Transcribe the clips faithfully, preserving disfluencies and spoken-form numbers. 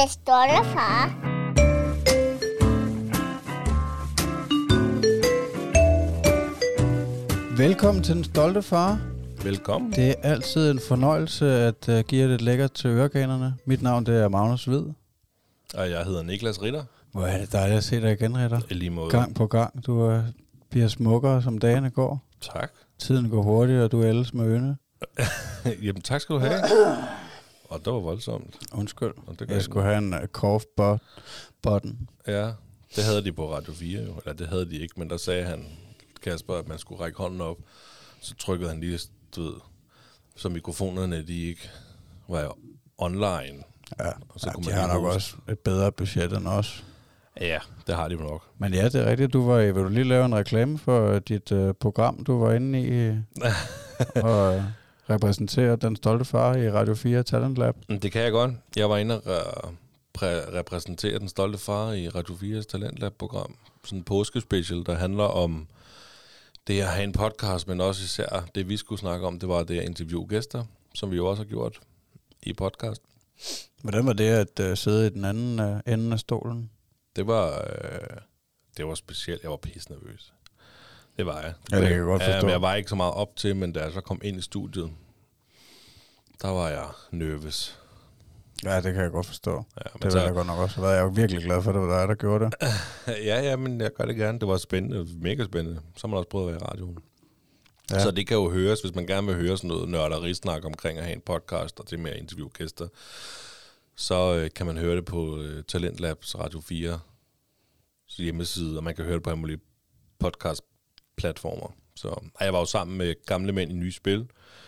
Den stolte far. Velkommen til Den Stolte Far. Velkommen. Det er altid en fornøjelse at uh, give det lækkert til øreganerne. Mit navn det er Magnus Hvid. Og jeg hedder Niklas Ritter. Hvor er det dejligt at se dig igen, Ritter. I lige måde. Gang på gang. Du uh, bliver smukkere, som dagene går. Tak. Tiden går hurtigt, og du ældes med ynde. Jamen tak skal du have. Og det var voldsomt. Undskyld. Og det jeg skulle have en uh, cough bot- button. Ja, det havde de på Radio fire jo. Eller det havde de ikke, men der sagde han, Kasper, at man skulle række hånden op. Så trykkede han lige, du ved, så mikrofonerne, de ikke var online. Ja, og så ja kunne de man har nok huske. også et bedre budget end os. Ja, det har de nok. Men ja, det er rigtigt. Du var i, vil du lige lave en reklame for dit uh, program, du var inde i og uh, repræsentere Den Stolte Far i Radio fire Talent Lab? Det kan jeg godt. Jeg var inde og re- præ- repræsentere Den Stolte Far i Radio fires Talent Lab-program. Sådan en påskespecial, der handler om det at have en podcast, men også især det, vi skulle snakke om, det var det at interviewe gæster, som vi jo også har gjort i podcast. Hvordan var det at uh, sidde i den anden uh, ende af stolen? Det var, øh, det var specielt. Jeg var pissenervøs. Det var jeg. Ja, det kan jeg godt forstå. Ja, men jeg var ikke så meget op til, men da jeg så kom ind i studiet, der var jeg nervøs. Ja, det kan jeg godt forstå. Ja, det så, vil jeg godt nok også. Jeg er jo virkelig glad for, at det var dig, der gjorde det. ja, ja, men jeg gør det gerne. Det var spændende. Mega spændende. Så har man også prøvet at være i radioen. Ja. Så det kan jo høres, hvis man gerne vil høre sådan noget nørderisnak omkring at have en podcast og det med at interviewe gæster. Så øh, kan man høre det på øh, Talent Labs Radio fire hjemmeside, og man kan høre det på alle mulige podcast-platformer. Så jeg var jo sammen med Gamle Mænd i Nye Spil.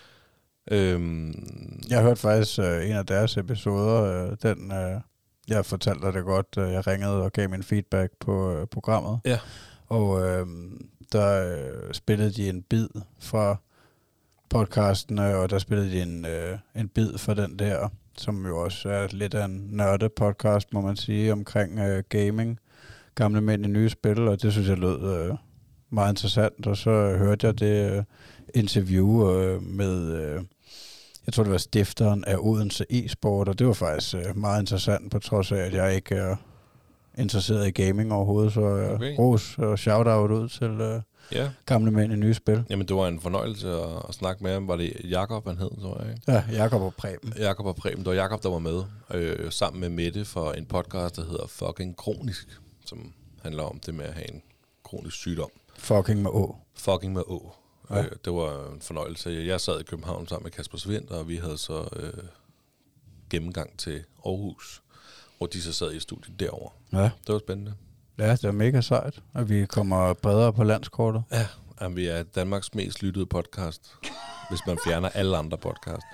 Øhm, jeg hørte faktisk øh, en af deres episoder, øh, den, øh, jeg fortalte dig det godt, øh, jeg ringede og gav min feedback på øh, programmet. Ja. Og øh, der øh, spillede de en bid fra podcasten, og der spillede de en, øh, en bid fra den der, som jo også er lidt af en nørde podcast, må man sige, omkring øh, gaming, Gamle Mænd i Nye Spil, og det synes jeg lød øh, meget interessant, og så øh, hørte jeg det øh, interview øh, med, øh, jeg tror det var stifteren af Odense e-sport, og det var faktisk øh, meget interessant, på trods af, at jeg ikke er interesseret i gaming overhovedet, så øh, okay. Ros og shout-out ud til øh, ja. Gamle Mænd i Nye Spil. Jamen, det var en fornøjelse at, at snakke med ham. Var det Jakob, han hed, tror jeg, ikke? Ja, Jakob og Preben. Jakob og Preben. Det var Jakob, der var med, øh, sammen med Mette for en podcast, der hedder Fucking Kronisk, som handler om det med at have en kronisk sygdom. Fucking med Å. Fucking med Å. Ja. Øh, det var en fornøjelse. Jeg sad i København sammen med Kasper Svind, og vi havde så øh, gennemgang til Aarhus, hvor de så sad i studiet derovre. Ja. Det var spændende. Ja, det er mega sejt, at vi kommer bredere på landskortet. Ja, jamen, vi er Danmarks mest lyttede podcast, hvis man fjerner alle andre podcast.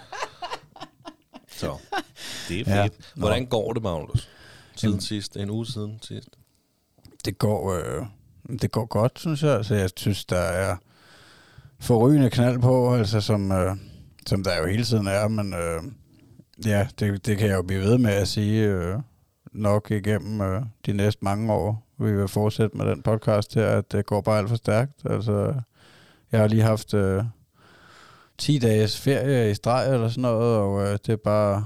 Så, det er fedt. Ja. Hvordan går det, Magnus? Siden Jamen. sidst, en uge siden sidst? Det går, øh, det går godt, synes jeg. Altså, jeg synes, der er forrygende knald på, altså, som, øh, som der jo hele tiden er, men øh, ja, det, det kan jeg jo blive ved med at sige øh, nok igennem øh, de næste mange år. Vi vil fortsætte med den podcast her, at det går bare alt for stærkt. Altså, jeg har lige haft øh, ti dages ferie i streg eller sådan noget, og øh, det er bare,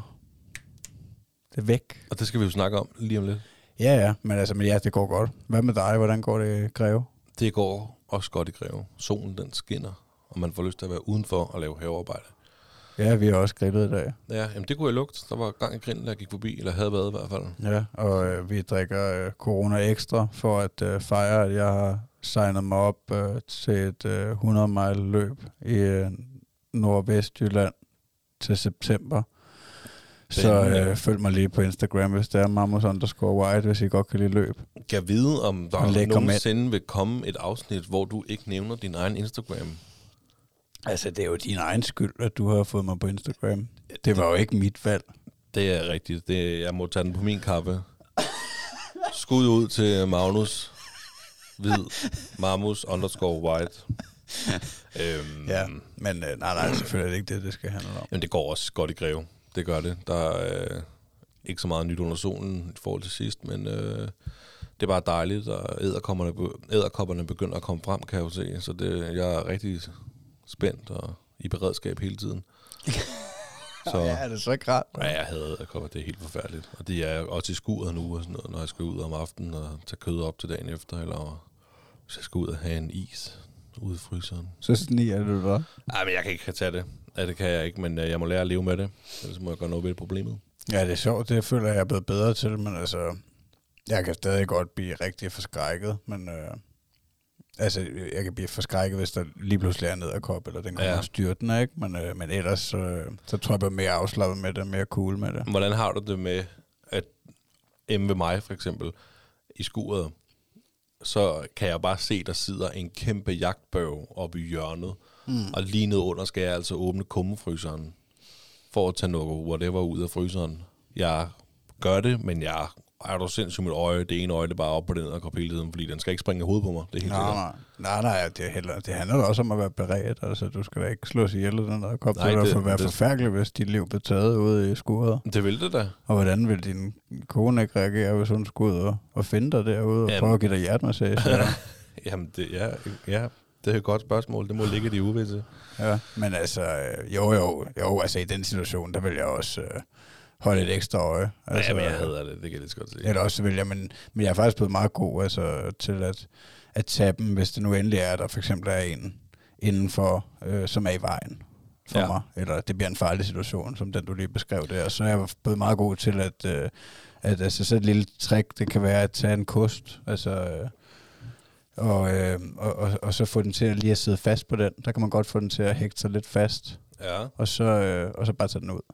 det er væk. Og det skal vi jo snakke om lige om lidt. Ja, ja, men altså, men ja, det går godt. Hvad med dig? Hvordan går det i Greve? Det går også godt i Greve. Solen, den skinner, og man får lyst til at være udenfor og lave havearbejde. Ja, vi har også grillet i dag. Ja, jamen det kunne jeg lugte. Der var gang i grillen, der jeg gik forbi, eller havde været i hvert fald. Ja, og øh, vi drikker øh, Corona Extra for at øh, fejre, at jeg har signet mig op øh, til et øh, hundrede mile løb i øh, Nordvestjylland til september. Så øh, følg mig lige på Instagram, hvis det er Mamus underscore white, hvis I godt kan lide løb. Kan jeg vide, om der nogensinde vil komme et afsnit, hvor du ikke nævner din egen Instagram? Altså, det er jo din egen skyld, at du har fået mig på Instagram. Det var jo ikke mit valg. Det er rigtigt. Det, jeg må tage den på min kappe. Skud ud til Magnus Hvid. Mamus underscore white. øhm, ja, men øh, nej, nej, selvfølgelig er det ikke det, det skal handle om. Men det går også godt i Greve. Det gør det. Der er øh, ikke så meget nyt under solen i forhold til sidst, men øh, det er bare dejligt, og edderkopperne, edderkopperne begynder at komme frem, kan jeg jo se. Så det, jeg er rigtig spændt og i beredskab hele tiden. Så, ja, er det så grædt? Ja, jeg havde æderkopper, det er helt forfærdeligt. Og de er også i skuret nu, og sådan noget, når jeg skal ud om aftenen og tage kød op til dagen efter, eller hvis jeg skal ud og have en is ude i fryseren. Så sniger du det, Nej, men jeg kan ikke tage det. Ja, det kan jeg ikke, men jeg må lære at leve med det. Ellers må jeg gøre noget ved problemet. Ja, det er sjovt. Det føler jeg er blevet bedre til, men altså... Jeg kan stadig godt blive rigtig forskrækket, men... Øh, altså, jeg kan blive forskrækket, hvis der lige pludselig er nederkop, eller den kommer ja. styrtende, ikke? Men, øh, men ellers, øh, så tror jeg, jeg er mere afslappet med det, mere cool med det. Hvordan har du det med, at hjemme ved mig, for eksempel, i skuret, så kan jeg bare se, der sidder en kæmpe jagtbøv oppe i hjørnet, mm. og lige ned under skal jeg altså åbne kummefryseren, for at tage noget whatever ud af fryseren. Jeg gør det, men jeg er du sindssygt mit øje, det ene øje, det er bare op på den og går hele tiden, fordi den skal ikke springe i hovedet på mig. Det er helt nej, nej, nej, nej, det, heller, det handler også om at være beredt. Altså, du skal da ikke slås ihjel, den der kop. Det vil det, være det, forfærdeligt, hvis dit liv blev taget ude i skuret. Det vil det da. Og hvordan vil din kone ikke reagere, hvis hun skulle ud og, og finde dig derude og Jamen. prøve at give dig hjertemassage? Jamen, det, ja, ja, det er et godt spørgsmål. Det må ligge i de uvisse. Ja, men altså, jo, jo, jo, altså i den situation, der vil jeg også... Øh, holde et ekstra øje. Altså, ja, men jeg hader det, det kan jeg lidt godt se. Eller også vil jeg, men, men jeg er faktisk blevet meget god altså, til at, at tage dem, hvis det nu endelig er, der for eksempel er en indenfor, øh, som er i vejen for ja. mig, eller det bliver en farlig situation, som den du lige beskrev der. Så jeg er blevet meget god til at, øh, at altså, så et lille trick, det kan være at tage en kost, altså, øh, og, øh, og, og, og så få den til at lige at sidde fast på den. Der kan man godt få den til at hægte sig lidt fast, ja. og, så, øh, og så bare tage den ud.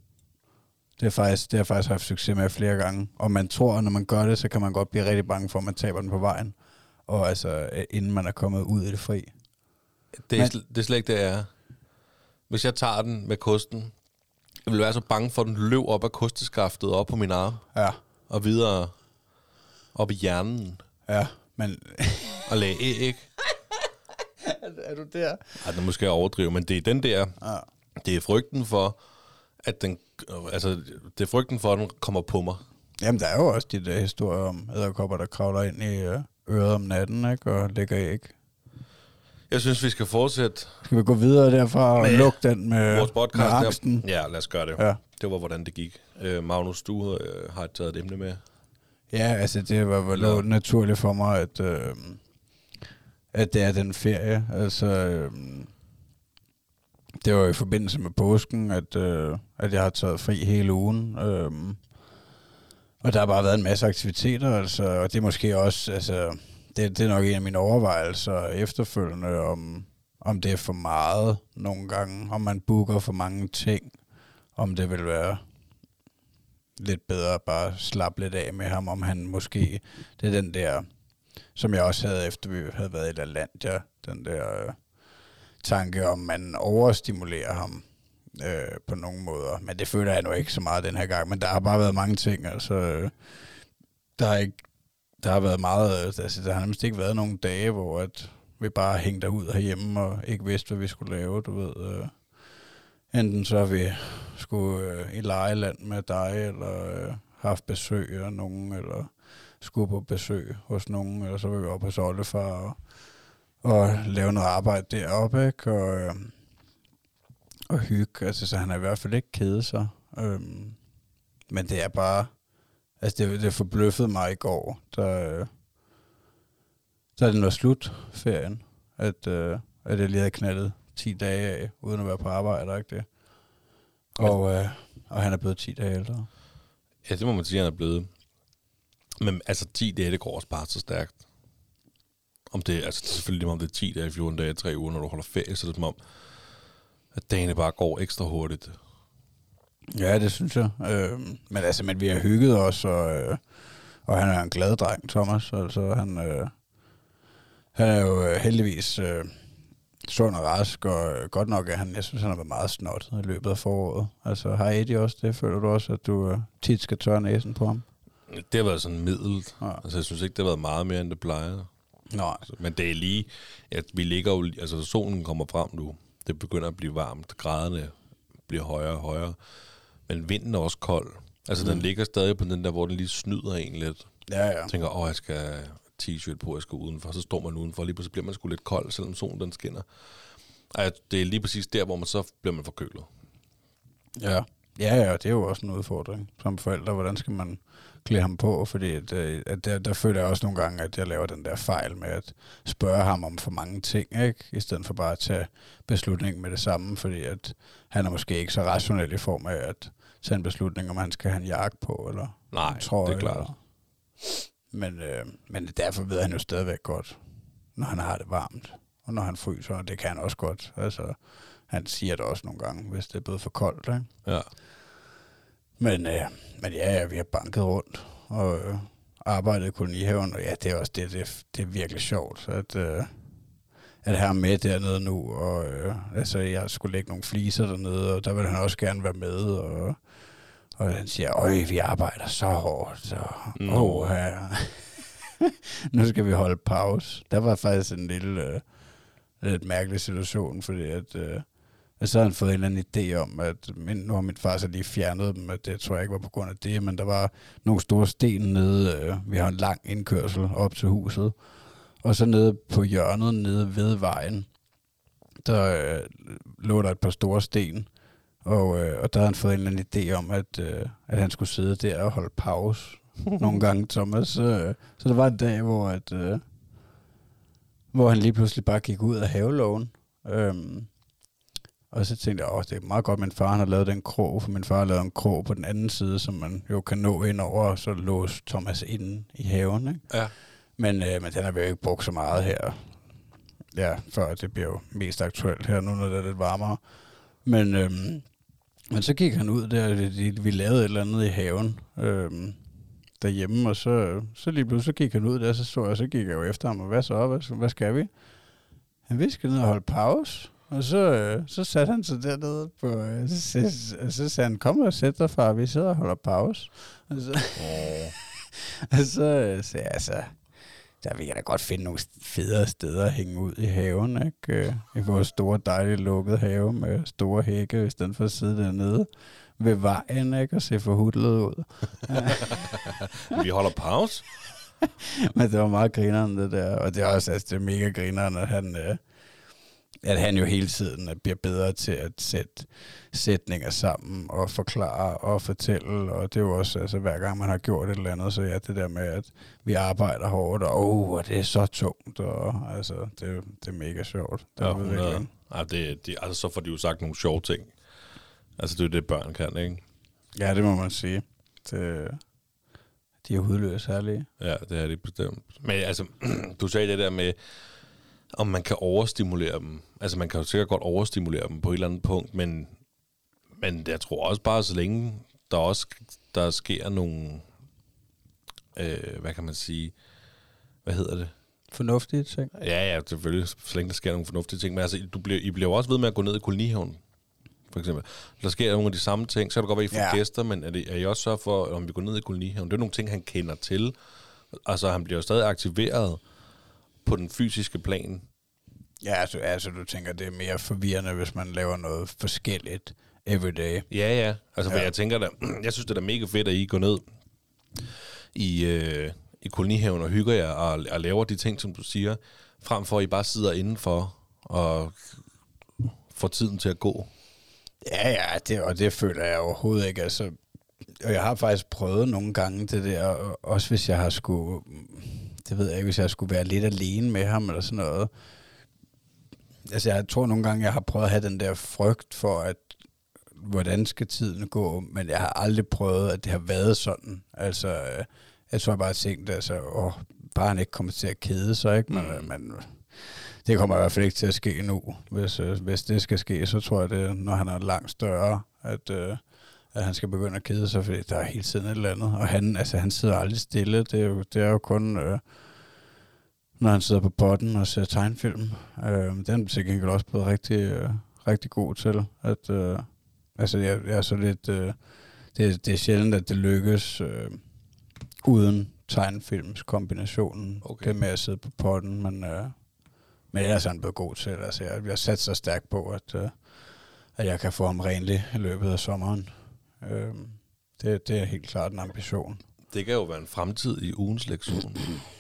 Det er faktisk, det har jeg faktisk haft succes med flere gange. Og man tror, at når man gør det, så kan man godt blive rigtig bange for, at man taber den på vejen. Og altså, inden man er kommet ud i det fri. Det er, Men, det er slet ikke det, jeg er. Hvis jeg tager den med kosten, jeg vil være så bange for, at den løb op af kosteskaftet op på min arm. Ja. Og videre op i hjernen. Ja, men... og lagde æg. Er du der? Ej, det måske jeg overdrive, men det er den der... Ja. Det er frygten for, at den... Altså, det er frygten for, at den kommer på mig. Jamen, der er jo også de der historier om edderkopper, der kravler ind i øret om natten, ikke? Og lægger æg. Jeg synes, vi skal fortsætte. Skal vi gå videre derfra og lukke den med, vores podcast med angsten? Der. Ja, lad os gøre det. Ja. Det var, hvordan det gik. Uh, Magnus, du uh, har taget et emne med. Ja, altså, det var vel ja. naturligt for mig, at, øh, at det er den ferie. Altså... Øh, det var i forbindelse med påsken, at, øh, at jeg har taget fri hele ugen. Øhm, og der har bare været en masse aktiviteter, altså, og det er måske også, altså, det, det er nok en af mine overvejelser efterfølgende, om, om det er for meget nogle gange, om man booker for mange ting, om det vil være lidt bedre at bare slappe lidt af med ham, om han måske, det er den der, som jeg også havde efter vi havde været i LaLandia, den der... Øh, tanke om, man overstimulerer ham øh, på nogle måder. Men det føler jeg nu ikke så meget den her gang. Men der har bare været mange ting. Altså, øh, der, har ikke, der har været meget... Altså, der har nærmest ikke været nogle dage, hvor at vi bare hængte ud herhjemme og ikke vidste, hvad vi skulle lave. Du ved, øh, enten så har vi skulle øh, i lejeland med dig, eller øh, haft besøg af nogen, eller skulle på besøg hos nogen, eller så var vi oppe hos oldefar og og lave noget arbejde deroppe, ikke? Og, øh, og hygge. Altså, så han er i hvert fald ikke kede sig. Øhm, men det er bare... Altså, det, det forbløffede mig i går, da, da den var slut, ferien. At, øh, at jeg lige havde knaldet ti dage af, uden at være på arbejde, ikke det? Og, øh, og han er blevet ti dage ældre. Ja, det må man sige, han er blevet. Men altså, ti dage, det går også bare så stærkt. Om det, altså det er selvfølgelig om det er ti dage, fjorten dage, tre uger, når du holder ferie, så er det som om, at dagene bare går ekstra hurtigt. Ja, det synes jeg. Øh, men altså, men vi har hygget os, og, øh, og han er en glad dreng, Thomas. Altså, han, øh, han er jo heldigvis øh, sund og rask, og øh, godt nok er han, jeg synes, han har været meget snottet i løbet af foråret. Altså, har Eddie også det? Føler du også, at du øh, tit skal tørre næsen på ham? Det har været sådan middelt. Ja. Altså, jeg synes ikke, det har været meget mere, end det plejer. Nej. Men det er lige, at vi ligger jo, altså solen kommer frem nu, det begynder at blive varmt, graderne bliver højere og højere, men vinden er også kold. Altså mm. den ligger stadig på den der, hvor den lige snyder en lidt. Ja, ja. Jeg tænker, åh, jeg skal have t-shirt på, jeg skal udenfor, så står man udenfor, lige pludselig bliver man sgu lidt kold, selvom solen den skinner. Altså, det er lige præcis der, hvor man så bliver man forkølet. Ja. Ja, ja, det er jo også en udfordring som forældre. Hvordan skal man klæde ham på? Fordi at, at der, der føler jeg også nogle gange, at jeg laver den der fejl med at spørge ham om for mange ting, ikke? I stedet for bare at tage beslutningen med det samme, fordi at han er måske ikke så rationel i form af at tage en beslutning, om han skal have en jakke på, eller Nej, tror det er jeg, klart. Eller. Men, øh, men derfor ved han jo stadigvæk godt, når han har det varmt, og når han fryser, og det kan han også godt. Altså, han siger det også nogle gange, hvis det er blevet for koldt, ikke? Ja. Men, øh, men ja, ja, vi har banket rundt og øh, arbejdet i kolonihaven, og ja, det er også det, det, det er virkelig sjovt, at, øh, at have ham med dernede nu, og øh, altså, jeg skulle lægge nogle fliser dernede, og der vil han også gerne være med, og, og han siger, øj, vi arbejder så hårdt, og no. åh, ja. Nu skal vi holde pause. Der var faktisk en lille, øh, lidt mærkelig situation, fordi at... Øh, Og så har han fået en eller anden idé om, at min, nu har min far så lige fjernet dem, at det tror jeg ikke var på grund af det, men der var nogle store sten nede, øh, vi har en lang indkørsel op til huset, og så nede på hjørnet, nede ved vejen, der øh, lå der et par store sten, og, øh, og der har han fået en eller anden idé om, at, øh, at han skulle sidde der og holde pause nogle gange, Thomas. Øh, så der var en dag, hvor, at, øh, hvor han lige pludselig bare gik ud af havelågen, øh, og så tænkte jeg, åh, det er meget godt, at min far har lavet den krog, for min far har lavet en krog på den anden side, som man jo kan nå ind over, og så låse Thomas inde i haven, ikke? Ja. Men, øh, men den har vi jo ikke brugt så meget her. Ja, før det bliver jo mest aktuelt her nu, når det er lidt varmere. Men, øh, men så gik han ud der, vi lavede et eller andet i haven øh, derhjemme, og så, så lige pludselig så gik han ud der, så så jeg, så gik jeg jo efter ham, og hvad så, hvad, hvad skal vi? Han vi skal ned og holde pause. Og så, øh, så satte han sig dernede på, øh, så, så, så sagde han, kom og sæt dig, far, vi sidder og holder pause. Og så, oh. og så øh, sagde jeg, altså, der vil jeg da godt finde nogle federe steder at hænge ud i haven, ikke? Øh, I vores store, dejlige, lukkede have med store hække, i stedet for at sidde dernede ved vejen, ikke? Og se forhudlet ud. Vi holder pause. Men det var meget grineren, det der. Og det er også, altså, det er mega grineren, at han... Øh, at han jo hele tiden bliver bedre til at sætte sætninger sammen og forklare og fortælle, og det er jo også, altså hver gang man har gjort et eller andet, så ja, det der med, at vi arbejder hårdt, og oh, og det er så tungt, og altså, det, det er mega sjovt. Det ja, er hundrede. Ja, det, de, altså, så får de jo sagt nogle sjove ting. Altså, det er det, børn kan, ikke? Ja, det må man sige. Det, de er hudløse særlige. Ja, det er det bestemt. Men altså, du sagde det der med, om man kan overstimulere dem. Altså, man kan jo sikkert godt overstimulere dem på et eller andet punkt, men, men jeg tror også bare, så længe der også der sker nogle, øh, hvad kan man sige, hvad hedder det? Fornuftige ting. Ja, ja, selvfølgelig, så længe der sker nogle fornuftige ting. Men altså, du bliver, I bliver jo også ved med at gå ned i kolonihaven, for eksempel. Der sker nogle af de samme ting, så kan det godt være, I får ja. gæster, men er, det, er I også så for, om vi går ned i kolonihaven? Det er nogle ting, han kender til. Altså, han bliver jo stadig aktiveret på den fysiske plan. Ja, altså, altså du tænker, det er mere forvirrende, hvis man laver noget forskelligt everyday. Ja, ja. Altså, ja. Jeg tænker da, jeg synes, det er da mega fedt, at I går ned i, øh, i kolonihaven og hygger jer og, og laver de ting, som du siger, frem for at I bare sidder indenfor og får tiden til at gå. Ja, ja, det, og det føler jeg overhovedet ikke. Altså, og jeg har faktisk prøvet nogle gange det der, også hvis jeg har skulle, det ved jeg ikke, hvis jeg skulle være lidt alene med ham eller sådan noget. Altså, jeg tror nogle gange, jeg har prøvet at have den der frygt for, at hvordan skal tiden gå, men jeg har aldrig prøvet, at det har været sådan. Altså, jeg tror jeg bare tænkt, altså, åh, bare han ikke kommer til at kede sig, ikke? Men, mm. men det kommer i hvert fald ikke til at ske nu. Hvis, hvis det skal ske, så tror jeg, det når han er langt større, at, at han skal begynde at kede sig, fordi der er hele tiden et eller andet. Og han, altså, han sidder aldrig stille. Det er jo, det er jo kun... Øh, når han sidder på potten og ser tegnfilm. Øh, den er til gengæld også blevet rigtig, øh, rigtig god til. At, øh, altså, jeg, jeg er så lidt... Øh, det, det er sjældent, at det lykkes øh, uden tegnfilmskombinationen. Okay. Det med at sidde på potten, men, øh, men ellers er han blevet god til. Altså, jeg, jeg har sat så stærkt på, at, øh, at jeg kan få ham renlig i løbet af sommeren. Øh, det, det er helt klart en ambition. Det kan jo være en fremtid i ugens lektion.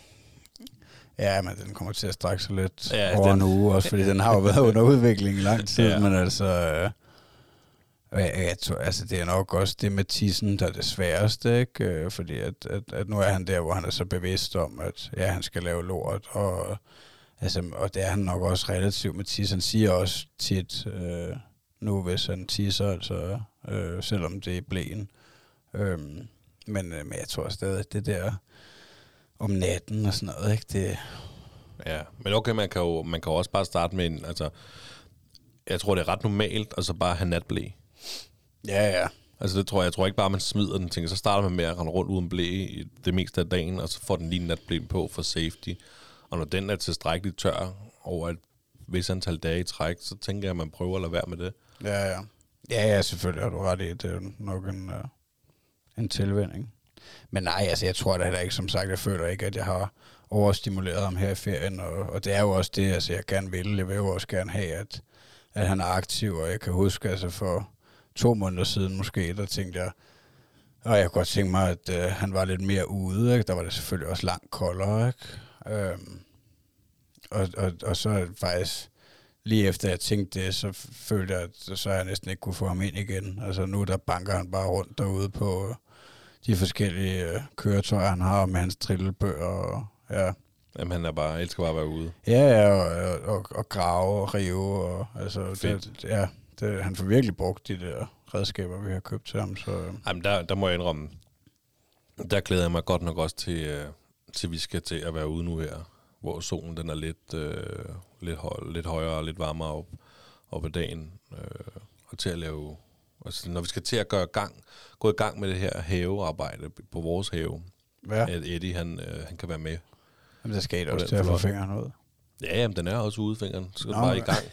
Ja, men den kommer til at strække sig lidt ja, over den, en uge også, fordi den har jo været under udvikling i lang tid, ja. Men altså, øh, Og jeg, jeg tror, altså det er nok også det med tissen, der er det sværeste, ikke? Øh, fordi at, at, at nu er han der, hvor han er så bevidst om, at ja, han skal lave lort, og, altså, og det er han nok også relativt med tis. Han siger også tit, øh, nu hvis han tisser, altså, øh, selvom det er blæen. Øh, men, øh, men jeg tror stadig, at det der om natten og sådan noget, ikke? Det... Ja, men okay, man kan jo man kan jo også bare starte med en, altså, jeg tror, det er ret normalt, altså bare have natblæ. Ja, ja. Altså det tror jeg, jeg tror ikke bare, man smider den ting. Så starter man med at rende rundt uden blæ i det meste af dagen, og så får den lige natblæ på for safety. Og når den er tilstrækkeligt tør over et vis antal dage i træk, så tænker jeg, at man prøver at lade være med det. Ja, ja. Ja, ja, selvfølgelig har du ret i. Det er nok en, uh, en tilvænning. Men nej, altså jeg tror da heller ikke, som sagt, jeg føler ikke, at jeg har overstimuleret ham her i ferien, og, og det er jo også det, altså jeg gerne vil. Jeg vil jo også gerne have, at, at han er aktiv, og jeg kan huske, altså for to måneder siden måske, der tænkte jeg, og jeg kunne godt tænke mig, at øh, han var lidt mere ude, ikke? Der var det selvfølgelig også langt koldere, ikke? Øhm, og, og, og så faktisk, lige efter jeg tænkte det, så følte jeg, at så jeg næsten ikke kunne få ham ind igen. Altså nu der banker han bare rundt derude på de forskellige øh, køretøjer, han har med hans trillebøger, og ja. Jamen han er bare, elsker bare at være ude. Ja, ja, og, og, og, og grave og rive, og altså, det, ja, det, han får virkelig brugt de der redskaber, vi har købt til ham. Så. Jamen der, der må jeg indrømme, der glæder jeg mig godt nok også til, øh, til vi skal til at være ude nu her, hvor solen den er lidt, øh, lidt, høj, lidt højere og lidt varmere op, op ad dagen, øh, og til at lave, altså når vi skal til at gøre gang, gå i gang med det her havearbejde på vores have, ja. At Eddie han, øh, han kan være med. Jamen der skal I også til at få fingeren ud. Ja, jamen den er også ude, fingeren. Så skal du bare i gang.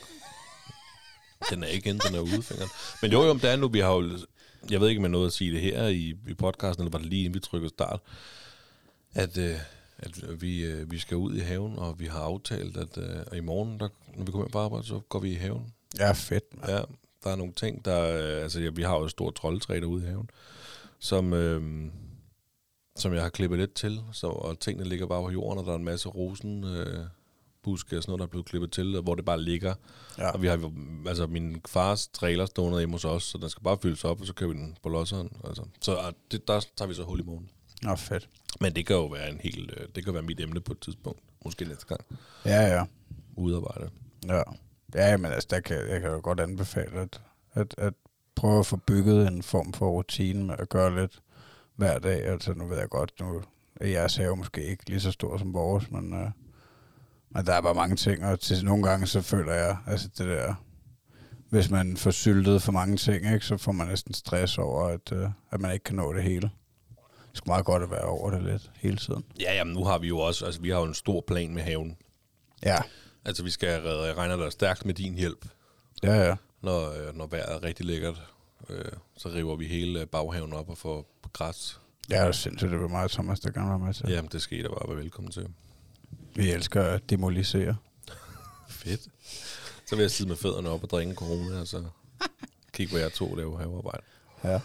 Den er ikke ind, den er ude, fingeren. Men jo, jo, om det er nu, vi har jo, jeg ved ikke, om jeg nåede at sige det her i, i podcasten, eller var det lige inden vi trykker start, at, øh, at vi, øh, vi skal ud i haven, og vi har aftalt, at øh, i morgen, der, når vi kommer hjem på arbejde, så går vi i haven. Ja, fedt, man. Ja, der er nogle ting, der, øh, altså ja, vi har jo et stort troldetræ derude i haven, som... Øh, som jeg har klippet lidt til, så, og tingene ligger bare på jorden, og der er en masse rosen, øh, buske og sådan noget, der er blevet klippet til, hvor det bare ligger. Ja. Og vi har altså min fars trailer stående hjemme hos os, så den skal bare fyldes op, og så køber vi den på losseren. Altså. Så det, der tager vi så hul i morgen. Nå, fedt. Men det kan jo være en helt, øh, det kan være mit emne på et tidspunkt, måske næste gang. Ja, ja. Udarbejde. Ja, ja, men altså, der kan, jeg kan jo godt anbefale, at, at, at prøve at få bygget en form for rutine med at gøre lidt hver dag. Altså nu ved jeg godt, nu er jeres have måske ikke lige så stor som vores, men, øh, men der er bare mange ting, og til nogle gange så føler jeg, altså det der, hvis man får syltet for mange ting, ikke, så får man næsten stress over, at, øh, at man ikke kan nå det hele. Det skulle meget godt at være over det lidt hele tiden. Ja, jamen nu har vi jo også, altså vi har jo en stor plan med haven. Ja. Altså vi skal redde, jeg regner der stærkt med din hjælp. Ja, ja. Når, øh, når vejret er rigtig lækkert, øh, så river vi hele baghaven op og får græs. Ja, det er sindssygt, det var meget Thomas, der gerne var med til. Jamen, det skal I da bare være velkommen til. Vi elsker at demolisere. Fedt. Så vil jeg sidde med fødderne op og drikke en corona, og så kigge, hvor jeg to laver havearbejde. Ja.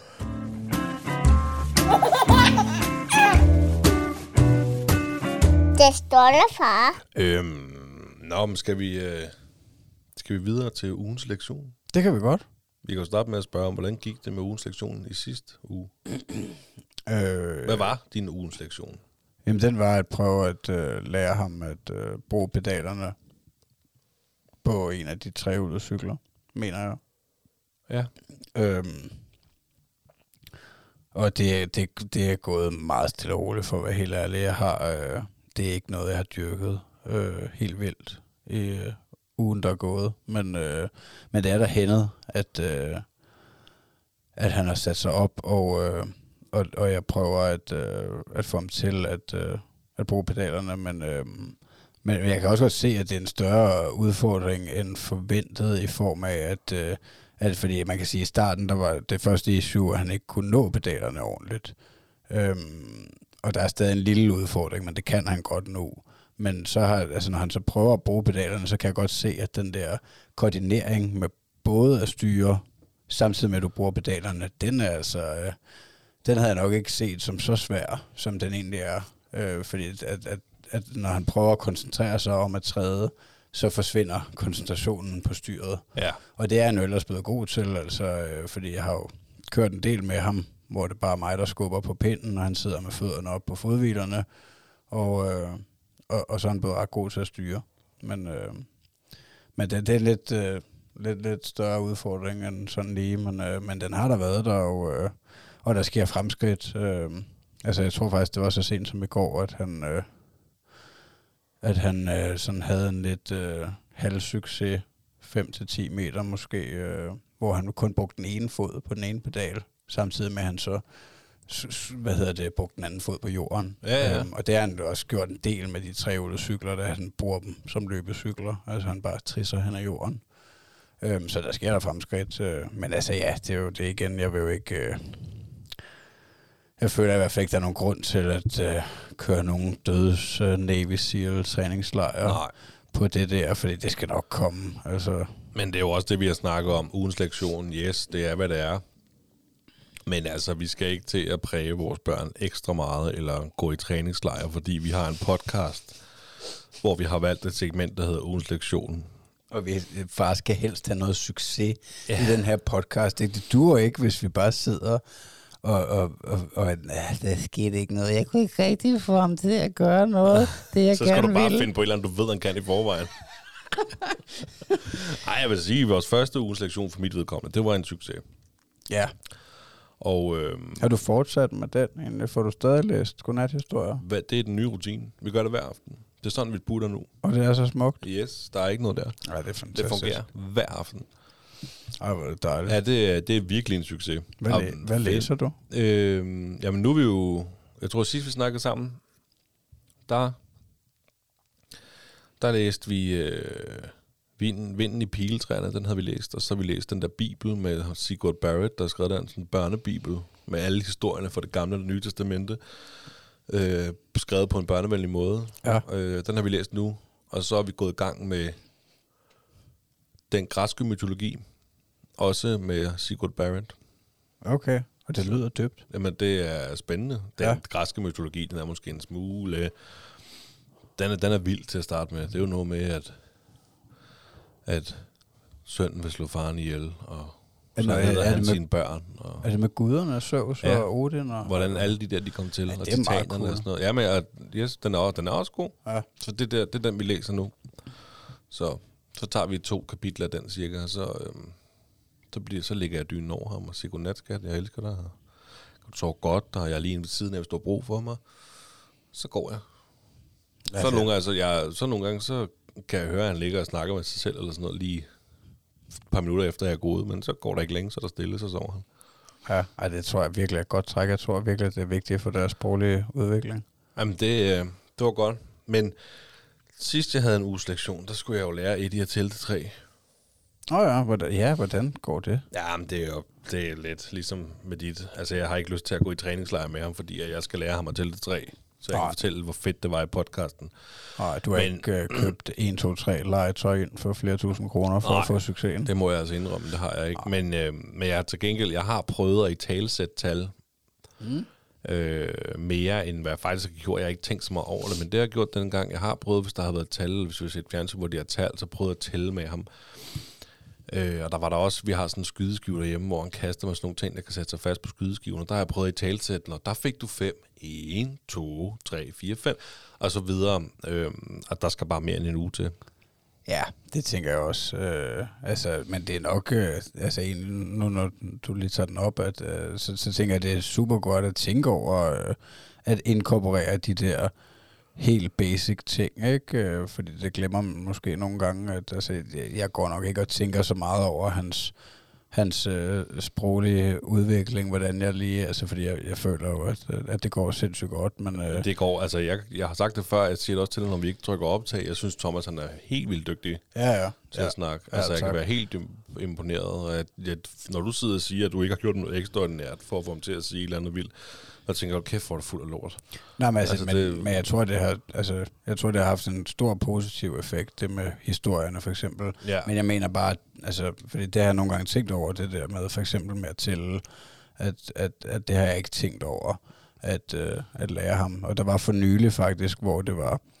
Det stolte far. Øhm, nå, men skal vi, øh, skal vi videre til ugens lektion? Det kan vi godt. Vi kan jo starte med at spørge om, hvordan gik det med ugens lektion i sidste uge? øh, Hvad var din ugens lektion? Jamen, den var at prøve at øh, lære ham at øh, bruge pedalerne på en af de tre cykler, mener jeg. Ja. Øhm, og det, det, det er gået meget stille og roligt, for at være helt ærlig. Jeg har, øh, det er ikke noget, jeg har dyrket øh, helt vildt i øh, ugen, der er gået. Men, øh, men det er der hændet, at, øh, at han har sat sig op, og, øh, og, og jeg prøver at, øh, at få ham til at, øh, at bruge pedalerne. Men, øh, men jeg kan også godt se, at det er en større udfordring end forventet, i form af, at, øh, at fordi man kan sige, at i starten, der var det første issue, at han ikke kunne nå pedalerne ordentligt. Øhm, og der er stadig en lille udfordring, men det kan han godt nå. Men så har, altså når han så prøver at bruge pedalerne, så kan jeg godt se, at den der koordinering med både at styre, samtidig med at du bruger pedalerne, den er altså, øh, den havde jeg nok ikke set som så svær, som den egentlig er. Øh, fordi at, at, at når han prøver at koncentrere sig om at træde så forsvinder koncentrationen på styret. Ja. Og det er han jo ellers blevet god til, altså, øh, fordi jeg har jo kørt en del med ham, hvor det bare er mig, der skubber på pinden, og han sidder med fødderne op på fodhvilerne, og, øh, og, og så er han blevet ret god til at styre. Men, øh, men det, det er lidt, øh, lidt, lidt større udfordring end sådan lige, men, øh, men den har der været der, og, øh, og der sker fremskridt. Øh, altså jeg tror faktisk, det var så sent som i går, at han, øh, at han øh, sådan havde en lidt øh, halvsucces, fem til ti meter måske, øh, hvor han kun brugte den ene fod på den ene pedal, samtidig med at han så, hvad hedder det, brugte den anden fod på jorden. Ja, ja. Øhm, og det har han også gjort en del med de trehjulede cykler, der han bruger dem som løbecykler. Altså han bare trisser hen ad jorden. Øhm, så der sker der fremskridt. Øh, men altså ja, det er jo det igen. Jeg vil jo ikke... Øh, jeg føler i hvert fald ikke, der er nogen grund til at øh, køre nogen dødes øh, Navy Seal træningslejre på det der, fordi det skal nok komme. Altså. Men det er jo også det, vi har snakket om. Ugens lektion, yes, det er, hvad det er. Men altså, vi skal ikke til at præge vores børn ekstra meget, eller gå i træningslejre, fordi vi har en podcast, hvor vi har valgt et segment, der hedder Ugens lektion. Og vi far skal helst have noget succes ja. i den her podcast. Det, det duer ikke, hvis vi bare sidder og, og, og, og ja, der skete ikke noget. Jeg kunne ikke rigtig få ham til at gøre noget, det jeg Så skal gerne du bare vil. finde på et eller andet, du ved, han kan i forvejen. Ej, jeg vil sige, at vores første ugens lektion for mit vedkommende, det var en succes. Ja. Og, øhm, har du fortsat med den egentlig? Får du stadig læst godnathistorier? Hvad, det er den nye rutine. Vi gør det hver aften. Det er sådan, vi putter nu. Og det er så smukt? Yes, der er ikke noget der. Nej, det er fantastisk. Det fungerer hver aften. Ej, hvor er det dejligt. Ja, det er, det er virkelig en succes. Hvad, læ- hvad læser du? Øhm, jamen nu er vi jo... Jeg tror sidst vi snakkede sammen, der, der læste vi øh, Vinden, Vinden i Piletræerne, den havde vi læst. Og så har vi læst den der bibel med Sigurd Barrett, der har skrevet der en sådan børnebibel med alle historierne fra det gamle og det nye testamente. Øh, skrevet på en børnevenlig måde. Ja. Øh, den har vi læst nu. Og så er vi gået i gang med den græske mytologi. Også med Sigurd Barrett. Okay, og det lyder dybt. Jamen, det er spændende. Den ja. græske mytologi, den er måske en smule... Den er, den er vild til at starte med. Det er jo noget med, at, at sønnen vil slå faren ihjel, og så Nå, hedder er han det sine børn. Og er det med guderne, Zeus ja. og Odin? Og hvordan alle de der, de kom til, ja, og titanerne cool. og sådan noget. Ja, men jeg, yes, den, er, den er også god. Ja. Så det, der, det er den, vi læser nu. Så, så tager vi to kapitler af den cirka, og så, øhm, så, bliver, så ligger jeg dynen over ham og siger, godnat, skat, jeg elsker dig. Kan du sove godt, og jeg er lige ved siden af, hvis du har brug for mig. Så går jeg. Så nogle, gange, altså, jeg, så nogle gange, så kan jeg høre, at han ligger og snakker med sig selv, eller sådan noget, lige et par minutter efter, jeg er gået, men så går der ikke længe, så er der stille, så sover han. Ja, ej, det tror jeg virkelig er et godt træk. Jeg tror virkelig, det er vigtigt for deres sproglige udvikling. Jamen, det, det var godt. Men sidst jeg havde en uges lektion, der skulle jeg jo lære et i at tælle til tre. Åh oh ja, hvordan, ja, hvordan går det? Ja, men det er jo det er lidt ligesom med dit. Altså, jeg har ikke lyst til at gå i træningslejr med ham, fordi jeg skal lære ham at tælle til tre. Så jeg Ej. kan fortælle, hvor fedt det var i podcasten. Nej, du har men, ikke øh, købt en, to, tre legetøj ind for flere tusind kroner for nej, at få succesen. Det må jeg altså indrømme, det har jeg ikke. Men, øh, men jeg har til gengæld, jeg har prøvet at i talesætte tal mm. øh, mere, end hvad jeg faktisk har gjort. Jeg har ikke tænkt så meget over det, men det har jeg gjort den gang. Jeg har prøvet, hvis der har været tal, hvis vi har set fjernsyn, hvor de har talt, så prøvede jeg at tælle med ham. Øh, og der var der også, vi har sådan en skydeskive derhjemme, hvor han kaster med sådan nogle ting, der kan sætte sig fast på skydeskiven. Og der har jeg prøvet i talesætten, og der fik du fem. En, to, tre, fire, fem, og så videre. Øh, og der skal bare mere end en uge til. Ja, det tænker jeg også. Øh, altså, men det er nok, øh, altså nu når du lige tager den op, at, øh, så, så tænker jeg, det er super godt at tænke over, øh, at inkorporere de der helt basic ting, ikke? Øh, fordi det glemmer man måske nogle gange, at altså, jeg går nok ikke og tænker så meget over hans hans øh, sproglige udvikling, hvordan jeg lige, altså fordi jeg, jeg føler jo, at, at det går sindssygt godt, men... Øh, det går, altså jeg, jeg har sagt det før, jeg siger det også til dig, når vi ikke trykker optag, jeg synes Thomas, han er helt vildt dygtig ja, ja. til ja. at snakke. Altså ja, jeg kan være helt imponeret, at, at når du sidder og siger, at du ikke har gjort noget ekstraordinært for at få ham til at sige et eller andet vildt, så tænker jeg, kæft, hvor er det fuld af lort. Nej, men, altså, altså, men, det, men jeg tror, det har, altså, jeg tror, det har haft en stor positiv effekt, det med historierne for eksempel. Ja. Men jeg mener bare, altså, fordi det har jeg nogle gange tænkt over, det der med for eksempel med at tælle, at, at, at det har jeg ikke tænkt over, at, uh, at lære ham. Og der var for nylig faktisk, hvor det var,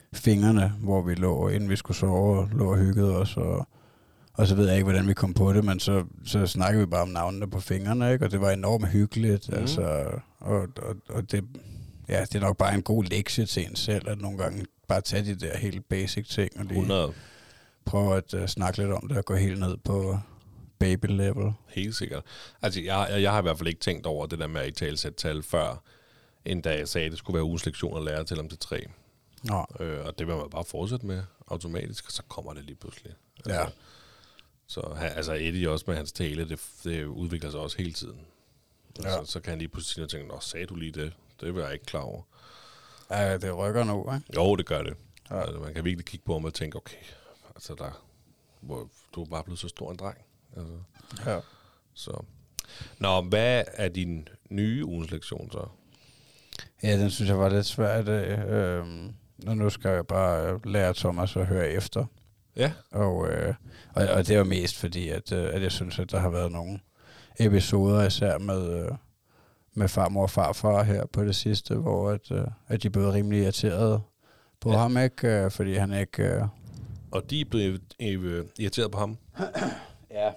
fingrene, hvor vi lå, inden vi skulle sove, og lå og hyggede os, og, og så ved jeg ikke, hvordan vi kom på det, men så, så snakkede vi bare om navnene på fingrene, ikke? Og det var enormt hyggeligt, mm. altså, og, og, og det, ja, det er nok bare en god lektie til en selv, at nogle gange bare tage de der helt basic ting, og lige hundrede prøve at uh, snakke lidt om det, og gå helt ned på baby level. Helt sikkert. Altså, jeg, jeg har i hvert fald ikke tænkt over det der med at italesætte tal før, end da jeg sagde, at det skulle være ugens lektion at lære til om til tre. Nå. Øh, og det vil man bare fortsætte med automatisk, og så kommer det lige pludselig. Altså, Ja. Så altså Eddie også med hans tale, det, det udvikler sig også hele tiden. Ja. Så, så kan han lige pludselig sige og tænke, nå, sagde du lige det? Det var jeg ikke klar over. Ja, det rykker nu, ikke? Jo, det gør det. Ja. Altså, man kan virkelig kigge på ham og tænke, okay, altså der, hvor, du er bare blevet så stor en dreng. Altså, Ja. så. Nå, hvad er din nye ugens lektion så? Ja, den synes jeg var lidt svært. Øh, og nu skal jeg bare lære Thomas at høre efter. Ja. Og, øh, og, og det var mest fordi, at, øh, at jeg synes, at der har været nogle episoder, især med, øh, med farmor og farfar her på det sidste, hvor at, øh, at de blev rimelig irriteret på ja. ham, ikke? Øh, fordi han ikke... Øh, Og de er blevet øh, irriteret på ham? ja.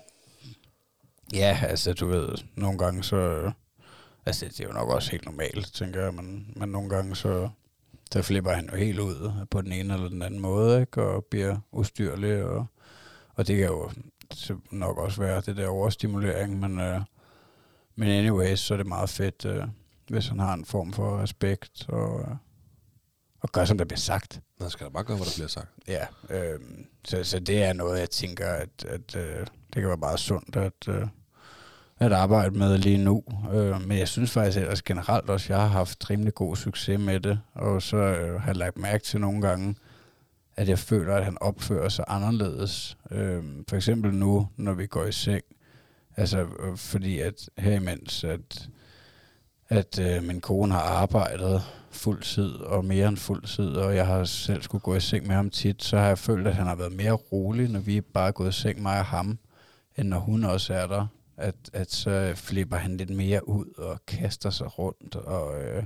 Ja, altså du ved, nogle gange så... Øh, altså det er jo nok også helt normalt, tænker jeg, men, men nogle gange så... Der flipper han jo helt ud på den ene eller den anden måde, ikke? Og bliver ustyrlig, og, og det kan jo nok også være det der overstimulering, men, øh, men anyways, så er det meget fedt, øh, hvis han har en form for respekt, og, øh, og gør, som der bliver sagt. Nå, skal der bare gøre, hvad der bliver sagt. Ja, øh, så, så det er noget, jeg tænker, at, at øh, det kan være meget sundt, at... Øh, at arbejde med lige nu. Øh, men jeg synes faktisk ellers generelt også, at jeg har haft rimelig god succes med det, og så øh, har jeg lagt mærke til nogle gange, at jeg føler, at han opfører sig anderledes. Øh, for eksempel nu, når vi går i seng. Altså, øh, fordi at her imens, at, at øh, min kone har arbejdet fuld tid, og mere end fuld tid, og jeg har selv skulle gå i seng med ham tit, så har jeg følt, at han har været mere rolig, når vi bare er gået i seng, mig og ham, end når hun også er der. At, at så flipper han lidt mere ud og kaster sig rundt, og øh,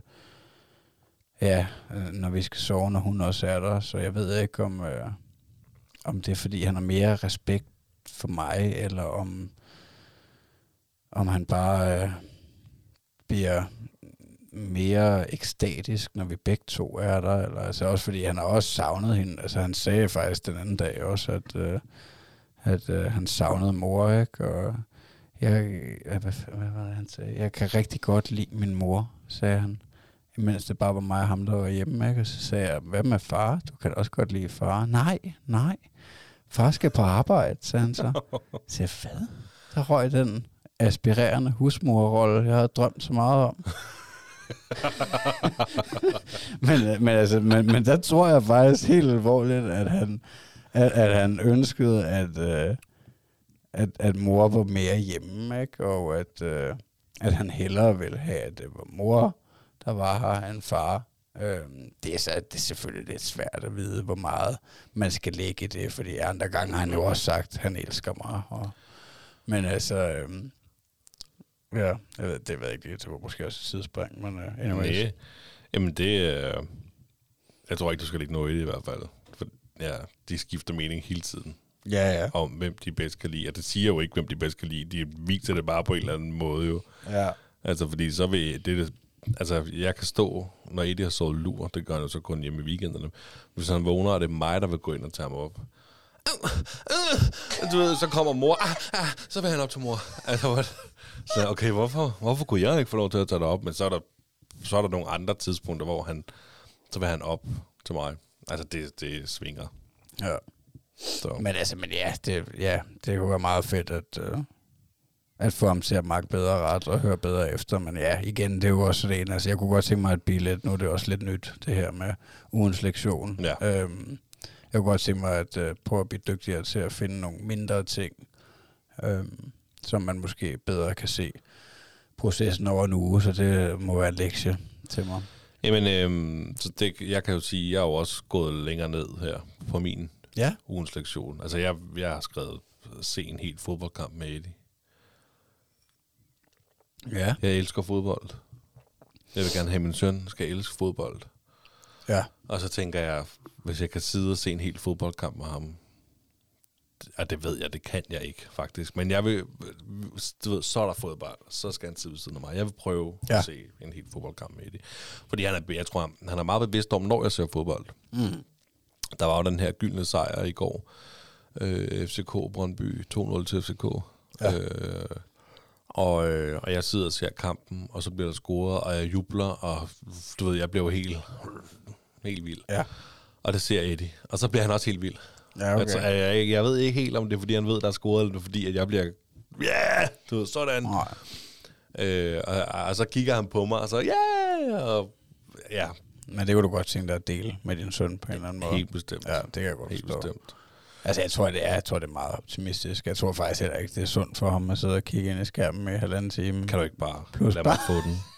ja, når vi skal sove, når hun også er der, så jeg ved ikke, om, øh, om det er, fordi han har mere respekt for mig, eller om, om han bare øh, bliver mere ekstatisk, når vi begge to er der, eller altså også fordi han har også savnet hende, altså han sagde faktisk den anden dag også, at, øh, at øh, han savnede mor, ikke, og Jeg, hvad, hvad var det, han sagde? Jeg kan rigtig godt lide min mor, sagde han. Imens det bare var mig og ham, der var hjemme. Ikke? Og så sagde jeg, hvad med far? Du kan også godt lide far. Nej, nej. Far skal på arbejde, sagde han så. Så jeg, hvad? Der røg den aspirerende husmorrolle, jeg havde drømt så meget om. men, men, altså, men, men der tror jeg faktisk helt alvorligt, at han, at, at han ønskede, at... Øh, At, at mor var mere hjemme, ikke? Og at, øh, at han hellere ville have, at det var mor, der var her, end far. Øhm, det, er så, det er selvfølgelig lidt svært at vide, hvor meget man skal lægge i det, fordi andre gange har han jo også sagt, at han elsker mig. Og, men altså, øhm, ja, jeg ved, det ved jeg ikke lige, det var måske også et sidespring, men uh, anyways. Nej, jamen det, øh, jeg tror ikke, du skal lægge noget i det i hvert fald. For ja, de skifter mening hele tiden. Ja, ja. Om hvem de bedst kan lide. Og det siger jo ikke, hvem de bedst kan lide. De viser det bare på en eller anden måde jo. Ja. Altså, fordi så vil det... Altså, jeg kan stå, når Eddie har sovet lur, det gør han jo så kun hjemme i weekenderne. Hvis han vågner, er det mig, der vil gå ind og tage ham op. Du ved, så kommer mor, ah, ah, så vil han op til mor. Altså, så okay, hvorfor, hvorfor kunne jeg ikke få lov til at tage dig op? Men så er der, så er der nogle andre tidspunkter, hvor han, så vil han op til mig. Altså, det, det svinger. Ja. Så. Men altså, men ja, det, ja, det kunne være meget fedt, at, uh, at få ham til at magte bedre ret og høre bedre efter. Men ja, igen, det er jo også det ene. Altså, jeg kunne godt tænke mig at blive lidt, nu er det også lidt nyt, det her med ugens lektion. Ja. Øhm, jeg kunne godt tænke mig at uh, prøve at blive dygtigere til at finde nogle mindre ting, øhm, som man måske bedre kan se processen over en uge, så det må være en lektie til mig. Jamen, øhm, så det, jeg kan jo sige, jeg har jo også gået længere ned her på min ja. ugens lektion. Altså, jeg, jeg har skrevet se en helt fodboldkamp med Eddie. Ja. Jeg elsker fodbold. Jeg vil gerne have, min søn skal elske fodbold. Ja. Og så tænker jeg, hvis jeg kan sidde og se en hel fodboldkamp med ham, ja, det ved jeg, det kan jeg ikke faktisk. Men jeg vil, du ved, så er der fodbold, så skal han sidde ved siden af mig. Jeg vil prøve ja. at se en hel fodboldkamp med det. Fordi han er, jeg tror, han, han er meget bevidst om, når jeg ser fodbold. Mm. Der var jo den her gyldne sejr i går. Øh, F C K Brøndby to nul til F C K. Ja. Øh, og, øh, og jeg sidder og ser kampen, og så bliver der scoret, og jeg jubler, og du ved, jeg bliver jo helt, helt vild. Ja. Og det ser Eddie. Og så bliver han også helt vild. Ja, okay. Altså, jeg, jeg ved ikke helt, om det er, fordi han ved, der er scoret, eller det er, fordi at jeg bliver, ja, yeah! Du ved, sådan. Nej. Øh, og, og så kigger han på mig, og så, ja, yeah! og ja. Men det kunne du godt tænke dig at dele med din søn på en eller anden måde. Helt bestemt. Ja, det kan jeg godt Helt forstå. bestemt. Altså, jeg tror, det er, jeg tror, det er meget optimistisk. Jeg tror faktisk heller ikke, det er sundt for ham at sidde og kigge ind i skærmen i halvanden time. Kan du ikke bare Plus lade bare. mig få den?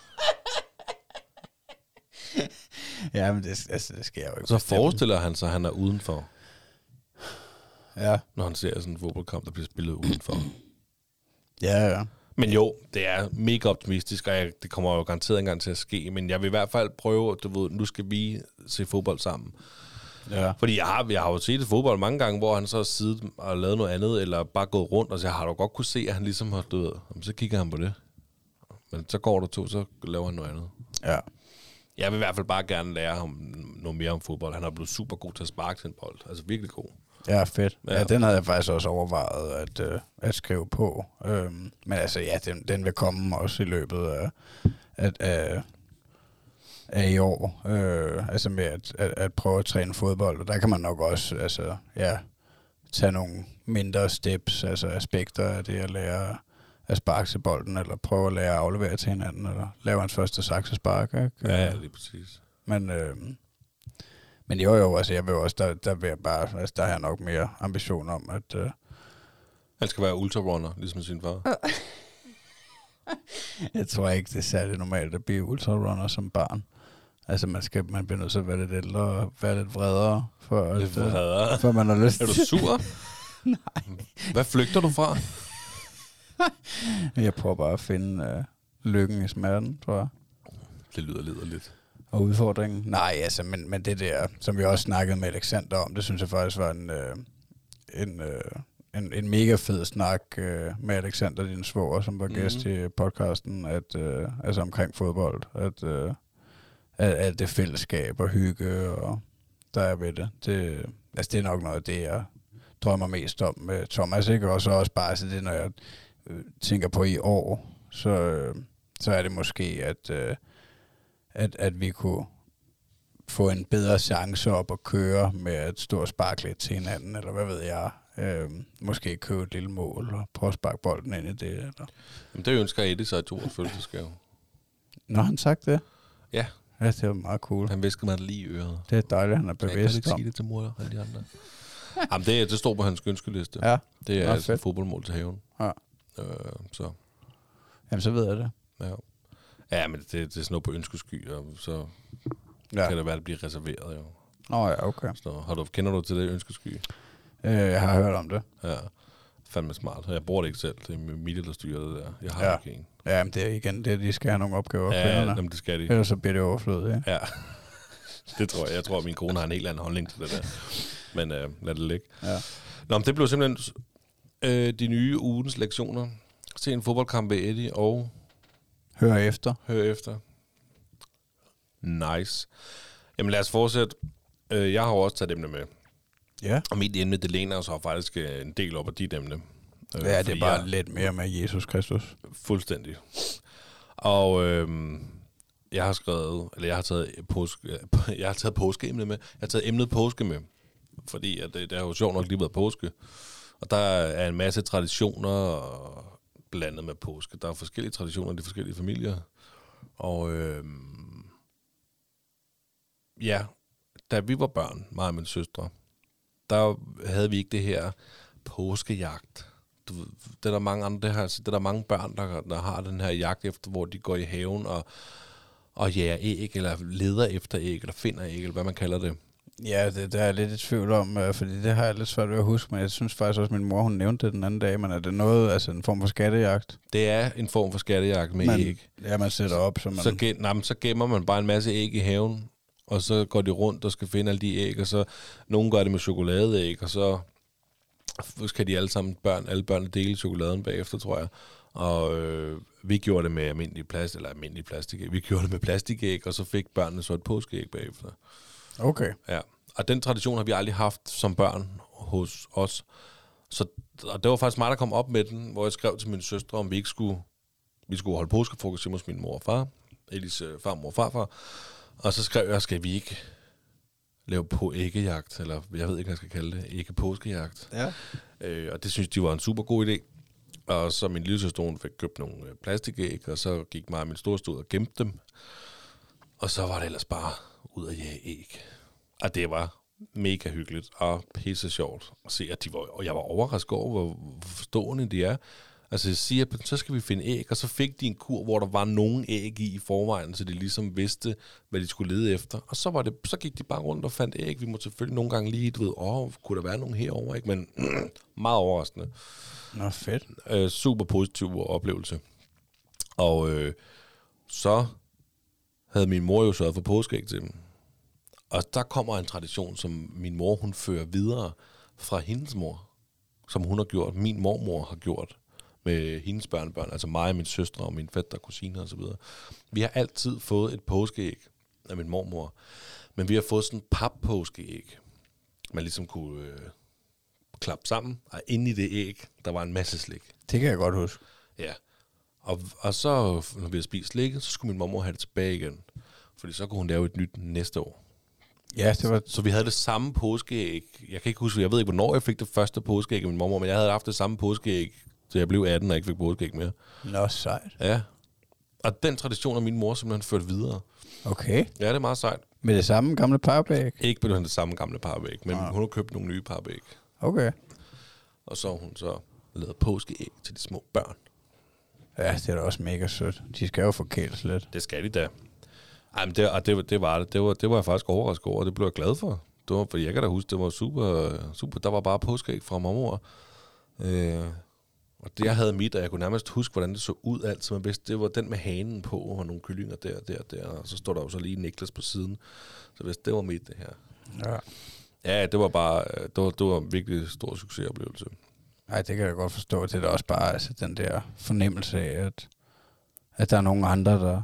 Ja, men det, altså, det sker jo ikke. Så bestemme. forestiller han sig, at han er udenfor, Ja, når han ser sådan en fodboldkamp, der bliver spillet udenfor. ja, ja. Men jo, det er mega optimistisk, og jeg, det kommer jo garanteret engang til at ske, men jeg vil i hvert fald prøve, du ved, nu skal vi se fodbold sammen. Ja. Fordi jeg har, jeg har jo set et fodbold mange gange, hvor han så har siddet og lavet noget andet, eller bare gået rundt, og så har du godt kunne se, at han ligesom har, du ved, så kigger han på det. Men så går der to, så laver han noget andet. Ja. Jeg vil i hvert fald bare gerne lære ham noget mere om fodbold. Han er blevet super god til at sparke til en bold. Altså virkelig god. Ja, fedt. Ja. Ja, den havde jeg faktisk også overvejet at, øh, at skrive på. Øhm, men altså, ja, den, den vil komme også i løbet af, at, af, af i år. Øh, altså med at, at, at prøve at træne fodbold. Og der kan man nok også, altså, ja, tage nogle mindre steps, altså aspekter af det at lære at sparke til bolden, eller prøve at lære at aflevere til hinanden, eller lave hans første saksespark, ikke? Ja, ja, lige præcis. Men, øh, men jo jo, altså jeg vil også, der, der vil jeg bare, altså der har jeg nok mere ambition om, at... Øh, Han skal være ultrarunner, ligesom sin far. jeg tror ikke, det er særlig normalt at blive ultrarunner som barn. Altså man skal, man bliver nødt til at være lidt ældre og være lidt vredere, for, at, Lidt vredere? øh, for man har lyst Er du sur? Nej. Hvad flygter du fra? Jeg prøver bare at finde øh, lykken i smerten, tror jeg. Det lyder liderligt. Og udfordringen? Nej, altså, men, men det der, som vi også snakkede med Alexander om, det synes jeg faktisk var en, øh, en, øh, en, en mega fed snak øh, med Alexander, din svoger, som var gæst Mhm. i podcasten, at, øh, altså omkring fodbold, at, øh, at, at det fællesskab og hygge, og der er ved det. det. Altså, det er nok noget af det, jeg drømmer mest om med Thomas, ikke? Og så også bare, altså det, når jeg øh, tænker på i år, så, øh, så er det måske, at... Øh, At, at vi kunne få en bedre chance op at køre med at stå og sparke lidt til hinanden, eller hvad ved jeg. Øh, måske købe et lille mål og prøve at sparke bolden ind i det. Eller. Jamen, det ønsker Eddie sig i to års fødselsdagsgave. Nå, han sagt det? Ja. Ja, det var meget cool. Han viskede mig lige i øret. Det er dejligt, han er Så jeg kan bevidst ikke om. sige det til mor og alle de andre. Jamen, det, det står på hans ønskeliste. Ja. Det er Nå, altså et fedt. fodboldmål til haven. Ja. Øh, så, Jamen, så ved jeg det. ja. Ja, men det, det er sådan noget på ønskesky, og så Ja. kan det være, at det bliver reserveret, jo. Nå ja, okay. Så har du, kender du til det ønskesky? Øh, jeg har hørt om det. Ja, fandme smart. Jeg bruger det ikke selv. Det er Mille, der styrer det der. Jeg har Ja. ikke en. Ja, men det er igen det, de skal have nogle opgaver. Ja, kvinderne. jamen, det skal de. Ellers så bliver det overflødigt, ja. Ja, det tror jeg. Jeg tror, at min kone har en helt anden holdning til det der. Men øh, lad det ligge. Ja. Nå, men det blev simpelthen øh, de nye ugens lektioner. Se en fodboldkamp ved Eddie og Hør efter. hør efter. Nice. Jamen lad os fortsætte. Øh, jeg har jo også taget emne med. Ja. Og mit emne, det læner så faktisk øh, en del op af dit emne. Øh, Ja, det fordi er bare jeg- lidt mere med Jesus Kristus. Fuldstændig. Og øhm, jeg har skrevet, eller jeg har taget påske, jeg har taget påskeemnet med. Jeg har taget emnet påske med, fordi at det, det har jo sjovt nok lige været påske. Og der er en masse traditioner og blandet med påske. Der er forskellige traditioner i de forskellige familier. Og øhm, ja, da vi var børn, mig og min søstre, der havde vi ikke det her påskejagt. Du, ved, det er der mange andre, det, her, det er der mange børn, der, der har den her jagt efter, hvor de går i haven og, og jager æg, eller leder efter æg, eller finder æg, eller hvad man kalder det. Ja, det, det er jeg lidt i tvivl om, øh, fordi det har jeg lidt svært ved at huske, men jeg synes faktisk også, at min mor, hun nævnte det den anden dag, men er det noget, altså en form for skattejagt? Det er en form for skattejagt med man, æg. Ja, man sætter op, så man... Så, gem, nej, men så gemmer man bare en masse æg i haven, og så går de rundt og skal finde alle de æg, og så nogen gør det med chokoladeæg, og så skal de alle sammen børn, alle børn dele chokoladen bagefter, tror jeg. Og øh, vi gjorde det med almindelig plast, eller almindelig plastikæg. Vi gjorde det med plastikæg, og så fik børnene så et påskeæg bagefter. Okay. Ja, og den tradition har vi aldrig haft som børn hos os. Så og det var faktisk mig, der kom op med den, hvor jeg skrev til min søstre, om vi ikke skulle, vi skulle holde påskefrokost hjemme hos min mor og far, Elis øh, farmor og farfar. Og så skrev jeg, skal vi ikke lave på æggejagt, eller jeg ved ikke, hvad jeg skal kalde det, ikke påskejagt. Ja. Øh, og det synes de var en super god idé. Og så min lille søster fik købt nogle øh, plastikæg, og så gik mig og min store stod og gemte dem. Og så var det ellers bare ud at jage æg. Og det var mega hyggeligt og pisse sjovt at se, at de var, og jeg var overrasket over, hvor forstående de er. Altså jeg siger, så skal vi finde æg, og så fik de en kur, hvor der var nogen æg i i forvejen, så de ligesom vidste, hvad de skulle lede efter. Og så var det, så gik de bare rundt og fandt æg. Vi må selvfølgelig nogle gange lige, du ved, åh, kunne der være nogen herover, ikke? Men meget overraskende. Nå, fedt. Øh, super positiv oplevelse. Og øh, så havde min mor jo sørget for påskeæg til dem. Og der kommer en tradition, som min mor, hun fører videre fra hendes mor, som hun har gjort, min mormor har gjort med hendes børnebørn, altså mig og min søstre og min fætter og kusiner osv. Vi har altid fået et påskeæg af min mormor, men vi har fået sådan en pap-påskeæg, man ligesom kunne øh, klappe sammen, og inde i det æg, der var en masse slik. Det kan jeg godt huske. Ja, og, og så, når vi havde spist slikket, så skulle min mormor have det tilbage igen, fordi så kunne hun lave et nyt næste år. Ja, det var... Så vi havde det samme påskeæg. Jeg kan ikke huske, jeg ved ikke, hvornår jeg fik det første påskeæg af min mormor, men jeg havde haft det samme påskeæg, så jeg blev atten og ikke fik påskeæg mere. Nå, sejt. Ja. Og den tradition har min mor simpelthen ført videre. Okay. Ja, det er meget sejt. Med det samme gamle parbæg? Ikke med det samme gamle parbæg, men Ah. hun har købt nogle nye parbæg. Okay. Og så har hun så lavet påskeæg til de små børn. Ja, det er da også mega sødt. De skal jo forkæles lidt. Det skal de da. Ej, men det, og det, det var det. Det var, det var jeg faktisk overrasket over, og det blev jeg glad for. Det var, fordi jeg kan da huske, det var super, super. Der var bare påskeæg fra mormor. Øh, og det, jeg havde mit, og jeg kunne nærmest huske, hvordan det så ud alt. Man vidste, det var den med hanen på, og nogle kyllinger der, der, der. Og så står der jo så lige Niklas på siden. Så hvis det var mit, det her. Ja. Ja, det var bare, det var, det var en virkelig stor succesoplevelse. Nej, det kan jeg godt forstå. Det er da også bare altså, den der fornemmelse af, at, at der er nogle andre, der,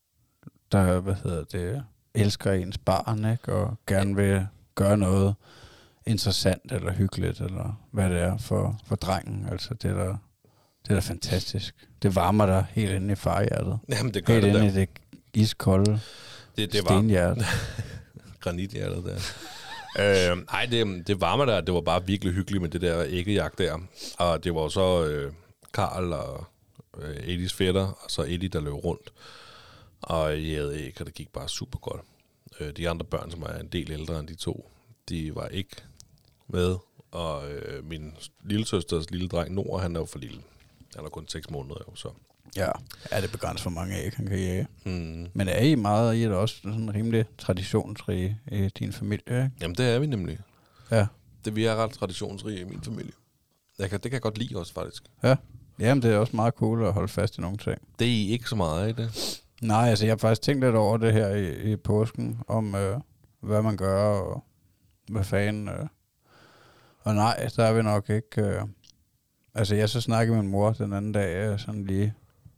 der hvad hedder det, elsker ens barn, ikke? Og gerne vil gøre noget interessant eller hyggeligt, eller hvad det er for, for drengen. Altså, det er da, det er da fantastisk. Det varmer dig helt inde i farhjertet. Jamen, det gør helt det inde der. i det iskolde Det, det var stenhjerte. granithjertet der. øh, nej, det, det varmer der. Det var bare virkelig hyggeligt med det der æggejagt der. Og det var så øh, Karl og øh, Elis fætter, og så Eli, der løb rundt. Og jagede æg, og det gik bare super godt. Øh, de andre børn, som er en del ældre end de to, de var ikke med. Og øh, min lillesøsters lille dreng, Nord, han er jo for lille. Han er kun seks måneder jo, så. Ja, er det begrænset for mange æg, han kan jage. Mm. Men er I meget, I er da også sådan rimelig traditionsrige i din familie, ikke? Jamen, det er vi nemlig. Ja. Det, vi er ret traditionsrige i min familie. Jeg kan, det kan jeg godt lide også, faktisk. Ja. Jamen, det er også meget cool at holde fast i nogle ting. Det er I ikke så meget i det. Nej, altså jeg har faktisk tænkt lidt over det her i, i påsken, om øh, hvad man gør, og hvad fanden. Øh. Og nej, der er vi nok ikke... Øh. Altså jeg så snakkede med min mor den anden dag, øh, sådan lige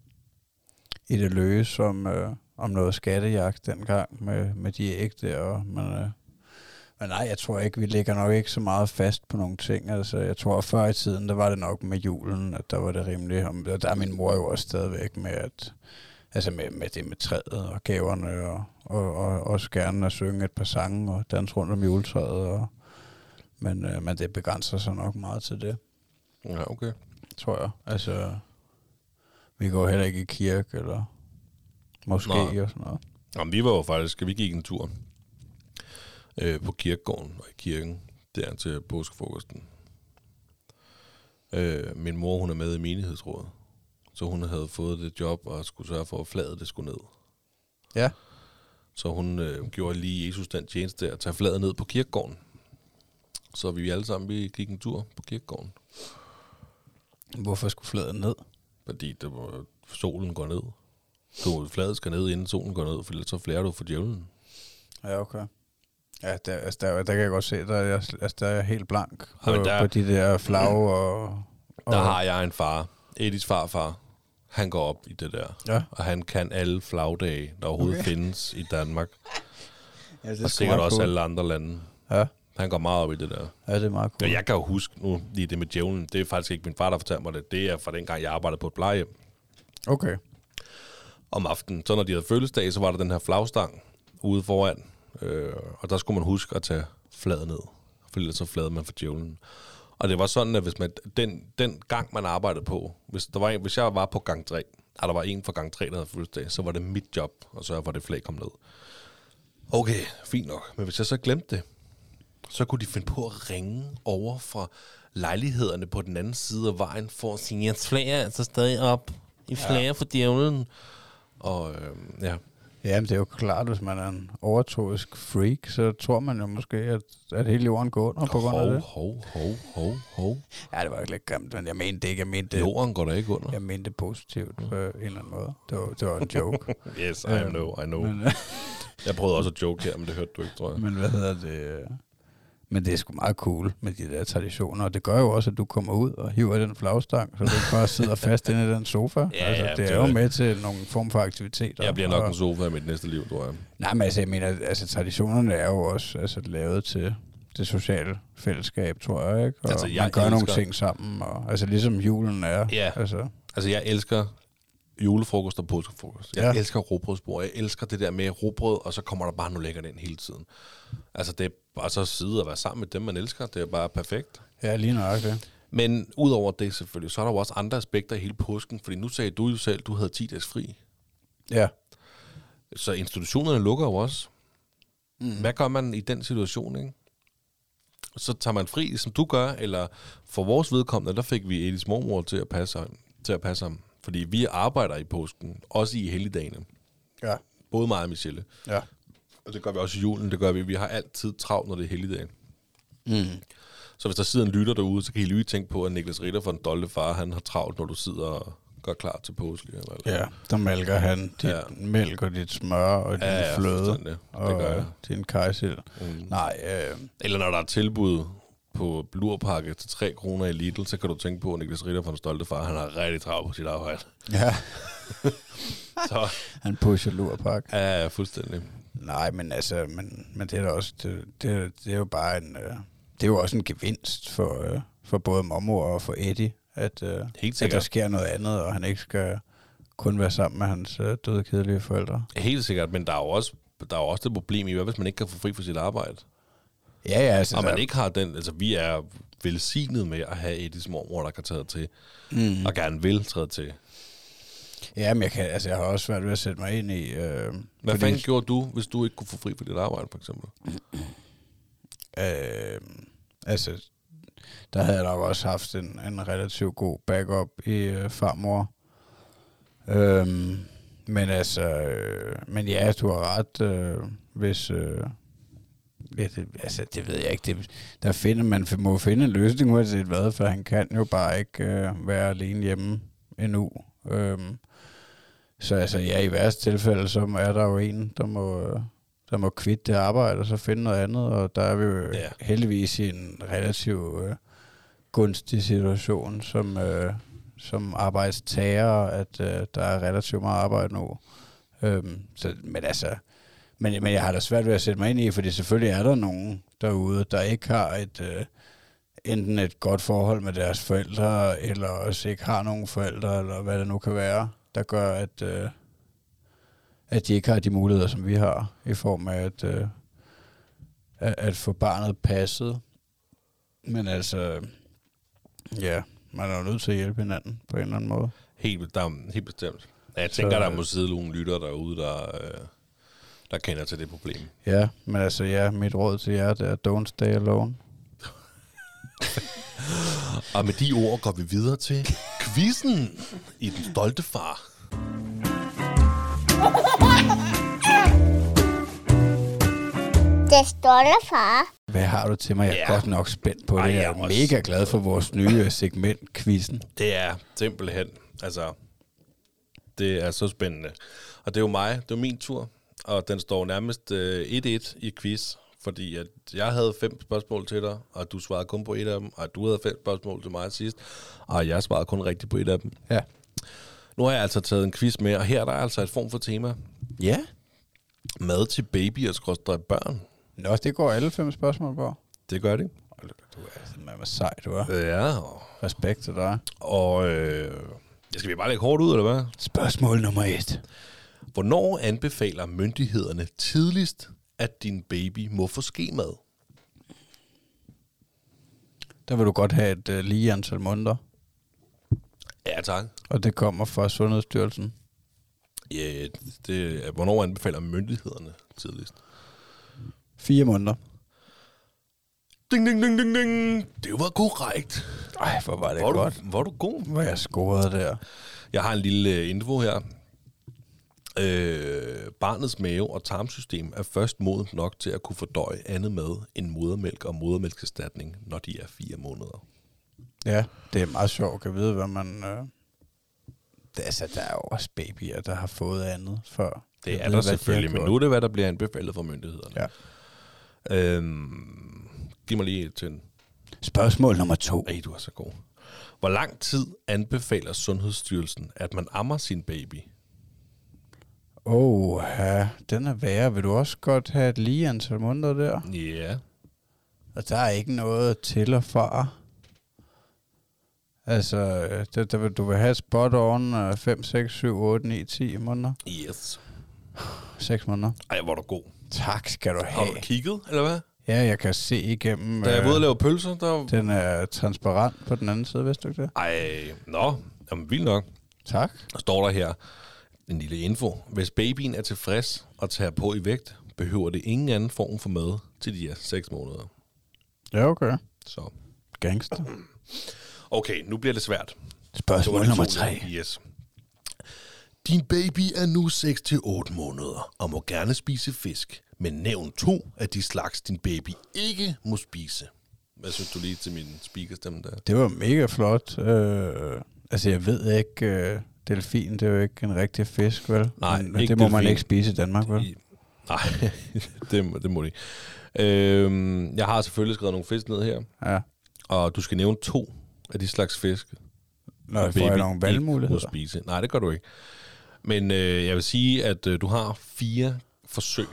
i det løse, om, øh, om noget skattejagt dengang med, med de æg der. Og, men, øh, men nej, jeg tror ikke, vi ligger nok ikke så meget fast på nogle ting. Altså jeg tror, før i tiden, der var det nok med julen, at der var det rimeligt. Og der er min mor jo også stadigvæk med, at altså med, med det med træet og gaverne, og, og, og også gerne at synge et par sange og danse rundt om juletræet. Og, men, øh, men det begrænser sig nok meget til det. Ja, okay. Tror jeg. Altså, vi går heller ikke i kirke, eller måske Nej. og sådan noget. Jamen, vi var jo faktisk, vi gik en tur øh, på kirkegården og i kirken, der til påskefrokosten. Øh, min mor, hun er med i menighedsrådet, så hun havde fået det job og skulle sørge for, at flaget det skulle ned. Ja. Så hun øh, gjorde lige Jesus den tjeneste at tage flaget ned på kirkegården. Så vi alle sammen, vi gik en tur på kirkegården. Hvorfor skulle fladet ned? Fordi det var, solen går ned. Du, fladet skal ned, inden solen går ned, for ellers så flærer du for djævlen. Ja, okay. Ja, der, altså, der, der kan jeg godt se, der er jeg, altså, der er jeg helt blank på, ja, der, på de der flag og, og... Der har jeg en far, Edis farfar. Han går op i det der, ja. og han kan alle flagdage, der overhovedet okay. findes i Danmark. Ja, det og sikkert også cool. alle andre lande. Ja. Han går meget op i det der. Ja, det er meget cool. Og jeg kan jo huske nu, lige det med djævlen, det er faktisk ikke min far, der fortalte mig det. Det er fra dengang, jeg arbejdede på et plejehjem. Okay. Om aftenen, så når de havde fødselsdag, så var der den her flagstang ude foran. Øh, og der skulle man huske at tage flaget ned. For ellers så flade man for djævlen. Og det var sådan, at hvis man, den, den gang, man arbejdede på, hvis, der var en, hvis jeg var på gang tre, og der var en fra gang tre, der havde fødselsdag, så var det mit job at sørge for, at det flag kom ned. Okay, fint nok. Men hvis jeg så glemte det, så kunne de finde på at ringe over fra lejlighederne på den anden side af vejen, for at sige, at flag er altså stadig op i flag ja. for djævlen. Og øh, ja... Ja, men det er jo klart, hvis man er en overtroisk freak, så tror man jo måske, at, at hele jorden går under på grund af det. Hov, hov, hov, hov. Ja, det var ikke lidt grimt, men jeg mente det ikke. Jeg mente det, jorden går der ikke under. Jeg mente det positivt på en eller anden måde. Det var, det var en joke. Yes, I um, know, I know. Men, jeg prøvede også at joke her, men det hørte du ikke, tror jeg. Men hvad hedder det... Men det er sgu meget cool med de der traditioner, og det gør jo også, at du kommer ud og hiver den flagstang, så du ikke bare sidder fast inde i den sofa. Ja, altså, ja, det er jo med til nogle form for aktiviteter. Jeg bliver nok og, en sofa i mit næste liv, tror jeg. Nej, men altså, jeg mener, altså, traditionerne er jo også altså, lavet til det sociale fællesskab, tror jeg, ikke? Og altså, jeg man gør elsker... nogle ting sammen, og, altså ligesom julen er. Ja, altså, altså jeg elsker julefrokost og påskefrokost. Jeg ja. elsker rugbrødsbord. Jeg elsker det der med rugbrød, og så kommer der bare noget lækkert ind hele tiden. Altså det er bare så sidde og være sammen med dem, man elsker. Det er bare perfekt. Ja, lige nøjagtigt. Men udover det selvfølgelig, så er der jo også andre aspekter i hele påsken. Fordi nu sagde du jo selv, at du havde ti dages fri. Ja. Så institutionerne lukker jo også. Mm. Hvad gør man i den situation, ikke? Så tager man fri, som du gør, eller for vores vedkommende, der fik vi Edis mormor til at passe, til at passe ham. Fordi vi arbejder i påsken, også i helligdagene. Ja. Både mig og Michelle. Ja. Og det gør vi også i julen, det gør vi. Vi har altid travlt, når det er helligdagen. Mm. Så hvis der sidder en lytter derude, så kan I lige tænke på, at Niklas Ritter fra Den Stolte Far, han har travlt, når du sidder og gør klar til påske. Eller? Ja, der mælker han dit ja. mælk og dit smør og din ja, ja, fløde det og gør jeg. din kajsild. Mm. Nej. Øh... Eller når der er tilbud på lurpakke til tre kroner i Lidl, så kan du tænke på, at Niklas Ritter fra Den Stolte Far, han har rigtig travlt på sit arbejde. Ja. Så. Han pusher lurpakke. Ja, ja, fuldstændig. Nej, men altså, men, men det er da også, det, det, det er jo bare en, øh, det er jo også en gevinst for, øh, for både mormor og for Eddie, at, øh, at der sker noget andet, og han ikke skal kun være sammen med hans øh, døde, kedelige forældre. Helt sikkert, men der er jo også, der er jo også det problem i, hvad hvis man ikke kan få fri for sit arbejde? Ja, ja. Altså, og man ikke har den, altså vi er velsignet med at have Eddies mormor, der kan træde til, mm. og gerne vil træde til. Ja, men jeg, kan, altså, jeg har også svært ved at sætte mig ind i... Øh, Hvad fordi... fanden gjorde du, hvis du ikke kunne få fri for dit arbejde, for eksempel? øh, altså, der havde jeg nok også haft en, en relativt god backup i øh, farmor. Øh, men altså... Øh, men ja, du har ret, øh, hvis... Øh, ja, det, altså, det ved jeg ikke. Det, der finder, man må finde en løsning, uanset hvad, for han kan jo bare ikke øh, være alene hjemme endnu. Øhm, så altså, ja, i værste tilfælde, så er der jo en, der må, der må kvitte det arbejde, og så finde noget andet, og der er vi jo ja. heldigvis i en relativt øh, gunstig situation, som, øh, som arbejdstager, at øh, der er relativt meget arbejde nu. Øhm, så, men altså, men, men jeg har da svært ved at sætte mig ind i, fordi selvfølgelig er der nogen derude, der ikke har et... Øh, enten et godt forhold med deres forældre, eller også ikke har nogen forældre, eller hvad det nu kan være, der gør, at, øh, at de ikke har de muligheder, som vi har, i form af at, øh, at, at få barnet passet. Men altså, ja, man er jo nødt til at hjælpe hinanden på en eller anden måde. Helt, der er, helt bestemt. Jeg tænker, så, der må sidde nogle lytter derude, der, øh, der kender til det problem. Ja, men altså, ja, mit råd til jer, det er don't stay alone. Og med de ord går vi videre til quizzen i Den Stolte Far. Den Stolte Far. Hvad har du til mig? Jeg er ja. godt nok spændt på Ej, det. Jeg er også mega glad for vores nye segment, quizzen. Det er simpelthen, altså, det er så spændende. Og det er jo mig, det er min tur. og den står nærmest øh, et et i quiz, fordi at jeg havde fem spørgsmål til dig, og du svarede kun på et af dem, og du havde fem spørgsmål til mig sidst, og jeg svarede kun rigtigt på et af dem. Ja. Nu har jeg altså taget en quiz med, og her er der altså et form for tema. Ja. Mad til babyer skråstreg børn. Nå, det går alle fem spørgsmål på. Det gør det. Du er simpelthen sej, du er. Ja. Og, Respekt til dig. og øh, skal vi bare lægge hårdt ud, eller hvad? Spørgsmål nummer et. Hvornår anbefaler myndighederne tidligst, at din baby må få skemad? Der vil du godt have et uh, lige antal måneder. Ja, tak. Og det kommer fra Sundhedsstyrelsen. Ja, det er, hvornår anbefaler myndighederne tidligst? Fire måneder. Ding, ding, ding, ding, ding. Det var korrekt. Ej, hvor var det Var godt. du, var du god? Hvor jeg scorede der. Jeg har en lille info her. Øh, barnets mave- og tarmsystem er først modent nok til at kunne fordøje andet mad end modermælk og modermælkserstatning, når de er fire måneder. Ja, det er meget sjovt at vide, hvad man... Øh... Det, altså, der er jo også babyer, der har fået andet før. Det Jeg er ved, der hvad de selvfølgelig, har men gjort. nu er det, hvad der bliver anbefalet fra myndighederne. Ja. Øhm, giv mig lige et til en. Spørgsmål nummer to. Ej, du er så god. Hvor lang tid anbefaler Sundhedsstyrelsen, at man ammer sin baby? Åh, oh, ja, den er værre. Vil du også godt have et lige antal måneder der? Ja. Yeah. Og der er ikke noget til og fra. Altså, der, der vil, du vil have spot on fem, seks, syv, otte, ni, ti måneder. Yes. seks måneder. Ej, hvor er du god. Tak skal du Har have. du kigget, eller hvad? Ja, jeg kan se igennem. Da jeg var øh, ude at lave pølser, der... Den er transparent på den anden side, vidste du ikke det? Ej, nå. Jamen, vildt nok. Tak. Der står der her en lille info. Hvis babyen er tilfreds og tager på i vægt, behøver det ingen anden form for mad til de her seks måneder. Ja, okay. Så. Gangster. Okay, nu bliver det svært. Spørgsmål Det var nummer de to, tre. Yes. Din baby er nu seks til otte måneder og må gerne spise fisk. Men nævn to af de slags, din baby ikke må spise. Hvad synes du lige til min speakerstemme der? Det var mega flot. Øh, altså, jeg ved ikke... Øh, delfin, det er jo ikke en rigtig fisk, vel? Nej, men, men ikke det må delfin. man ikke spise i Danmark, vel? I, nej, det, må- det må de. Øhm, jeg har selvfølgelig skrevet nogle fisk ned her. Ja. Og du skal nævne to af de slags fisk. Når og jeg får jeg baby nogle ikke valgmuligheder. må spise. Nej, det gør du ikke. Men øh, jeg vil sige, at øh, du har fire forsøg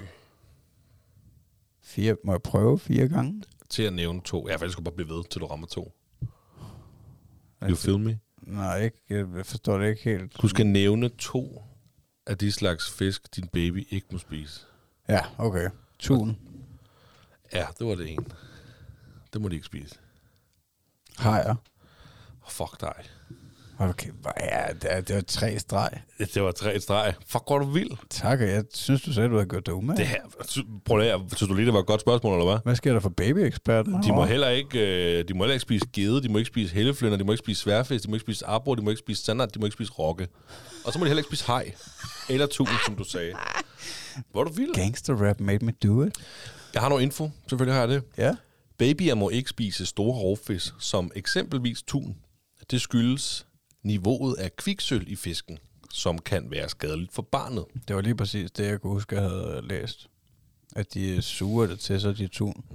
Fire, må jeg prøve fire gange? til at nævne to. Jeg faktisk skulle bare blive ved, til du rammer to. You Altså, feel me? Nej, ikke, jeg forstår det ikke helt. Du skal nævne to af de slags fisk, din baby ikke må spise. Ja, okay. Tun. Ja, det var det ene. Det må de ikke spise. Hajer. Fuck dig. Okay, ja, det, er, det var tre streg. Det var tre streg. Fuck, hvor er du vild. Tak, og jeg synes, du sagde, du havde gjort det umage. Det her, prøv lige, synes du lige, det var et godt spørgsmål, eller hvad? Hvad sker der for babyeksperten? De må heller ikke, øh, de må heller ikke spise gede, de må ikke spise helleflynder, de må ikke spise sværfisk, de må ikke spise arbor, de må ikke spise sandart, de må ikke spise rokke. Og så må de heller ikke spise haj. Eller tun, som du sagde. Hvor er du vild? Gangster rap made me do it. Jeg har noget info, selvfølgelig har jeg det. Ja. Babyer må ikke spise store rovfisk, som eksempelvis tun. Det skyldes niveauet af kviksølv i fisken, som kan være skadeligt for barnet. Det var lige præcis det, jeg kunne huske, jeg havde læst. At de suger det til sig, de tun.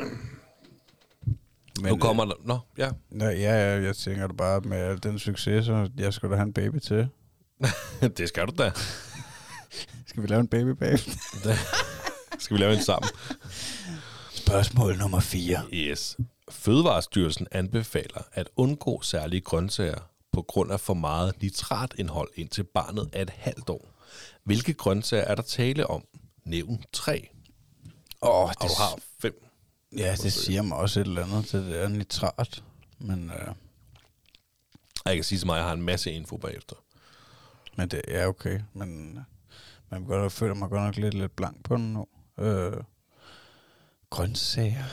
Men, Nu kommer der... Nå, ja. Øh, ja, ja, jeg tænker da bare med al den succes, så jeg skal da have en baby til. Det skal du da. Skal vi lave en baby baby? Skal vi lave en sammen? Spørgsmål nummer fire. Yes. Fødevarestyrelsen anbefaler at undgå særlige grøntsager på grund af for meget nitratindhold indtil barnet er et halvt år. Hvilke grøntsager er der tale om? Nævn tre. Åh, oh, Og du har fem. ja, det siger mig også et eller andet til det der nitrat. Men, øh, Jeg kan sige så meget, at jeg har en masse info bagefter. men det er okay. Men øh, man godt føler mig godt nok lidt, lidt blank på den nu. Øh, grøntsager.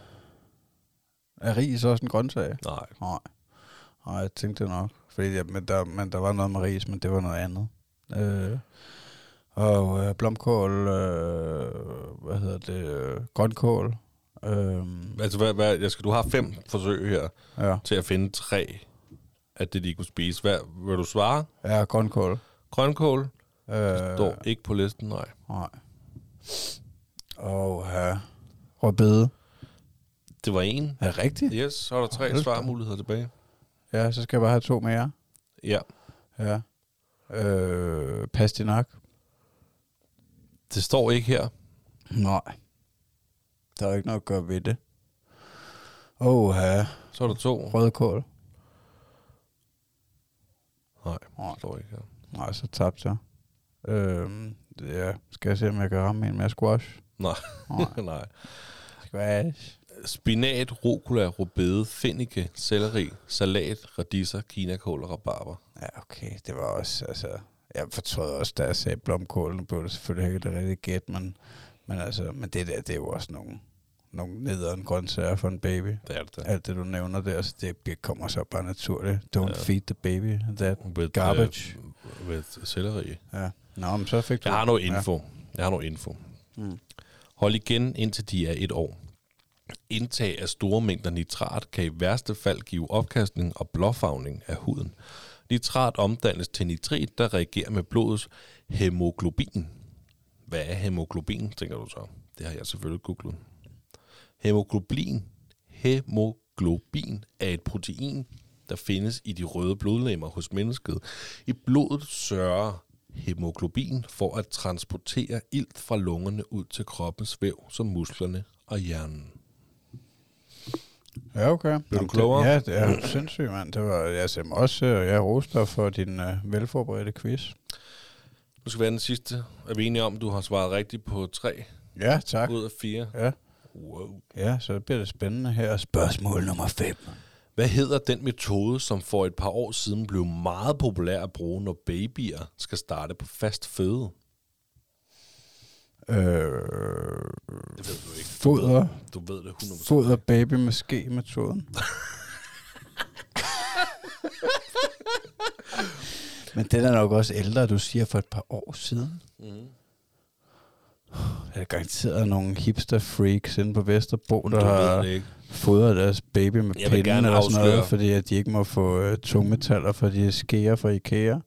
Er ris også en grøntsag? Nej. Nej. Nej, jeg tænkte det nok. Fordi, ja, men, der, men der var noget med ris, men det var noget andet. Øh, og øh, blomkål, øh, hvad hedder det, øh, grønkål. Øh, Altså, hvad, hvad, jeg skal, du har fem forsøg her ja, til at finde tre af det, de kunne spise. Hvad vil du svare? ja, grønkål. Grønkål? Øh, Står ikke på listen, nej. Nej. Og her rødbede. Det var en. Er det rigtigt? Yes, så er der tre Hold svarmuligheder tilbage. Ja, så skal jeg bare have to mere. Ja. Ja. Øh, pastinak. Det står ikke her. Nej. Der er ikke noget at gøre ved det. Åh, ja. Så er der to. Rødkål. Nej, Nej. det står ikke her. Nej, så tabte jeg. Øhm, ja, skal jeg se, om jeg kan ramme en med squash? Nej. Nej. Nej. Squash. Spinat, rucola, rødbede, fennike, selleri, salat, radiser, kinakål og rabarber. Ja, okay. Det var også, altså... Jeg fortrød også, da jeg sagde blomkål. Nu blev det selvfølgelig ikke det rigtige gæt, men, men, altså, men det der, det er jo også nogle, nogle nederen grøntsager for en baby. Det er det. Alt det, du nævner der, så det kommer så bare naturligt. Don't Ja. feed the baby that With, garbage. Uh, with selleri. Ja. Nå, men så fik du... Jeg har noget info. Ja. Jeg har noget info. Mm. Hold igen, indtil de er et år. Indtag af store mængder nitrat kan i værste fald give opkastning og blåfarvning af huden. Nitrat omdannes til nitrit, der reagerer med blodets hemoglobin. Hvad er hemoglobin, tænker du så? Det har jeg selvfølgelig googlet. Hemoglobin, hemoglobin er et protein, der findes i de røde blodlegemer hos mennesket. I blodet sørger hemoglobin for at transportere ilt fra lungerne ud til kroppens væv, som musklerne og hjernen. Ja, okay. Blev du Jamen, klogere? Det, ja, det er sindssygt, mand. Det var, jeg sagde også, og jeg roste dig for din uh, velforberedte quiz. Nu skal vi have den sidste. Er vi enige om, at du har svaret rigtigt på tre Ja, tak. ud af fire? Ja. Wow. Ja, så bliver det spændende her. Spørgsmål nummer fem. Hvad hedder den metode, som for et par år siden blev meget populær at bruge, når babyer skal starte på fast føde? Øh, Det ved du ikke. foder. Du ved det hundrede procent. Foder baby med ske-metoden. Men den er nok også ældre, du siger, for et par år siden. Mm. Der er garanteret nogle hipster-freaks inde på Vesterbro, der Du ved har det ikke. fodret deres baby med Jeg vil pinden gerne eller sådan noget, afsløre- fordi at de ikke må få uh, tungmetaller fra de skeer fra IKEA.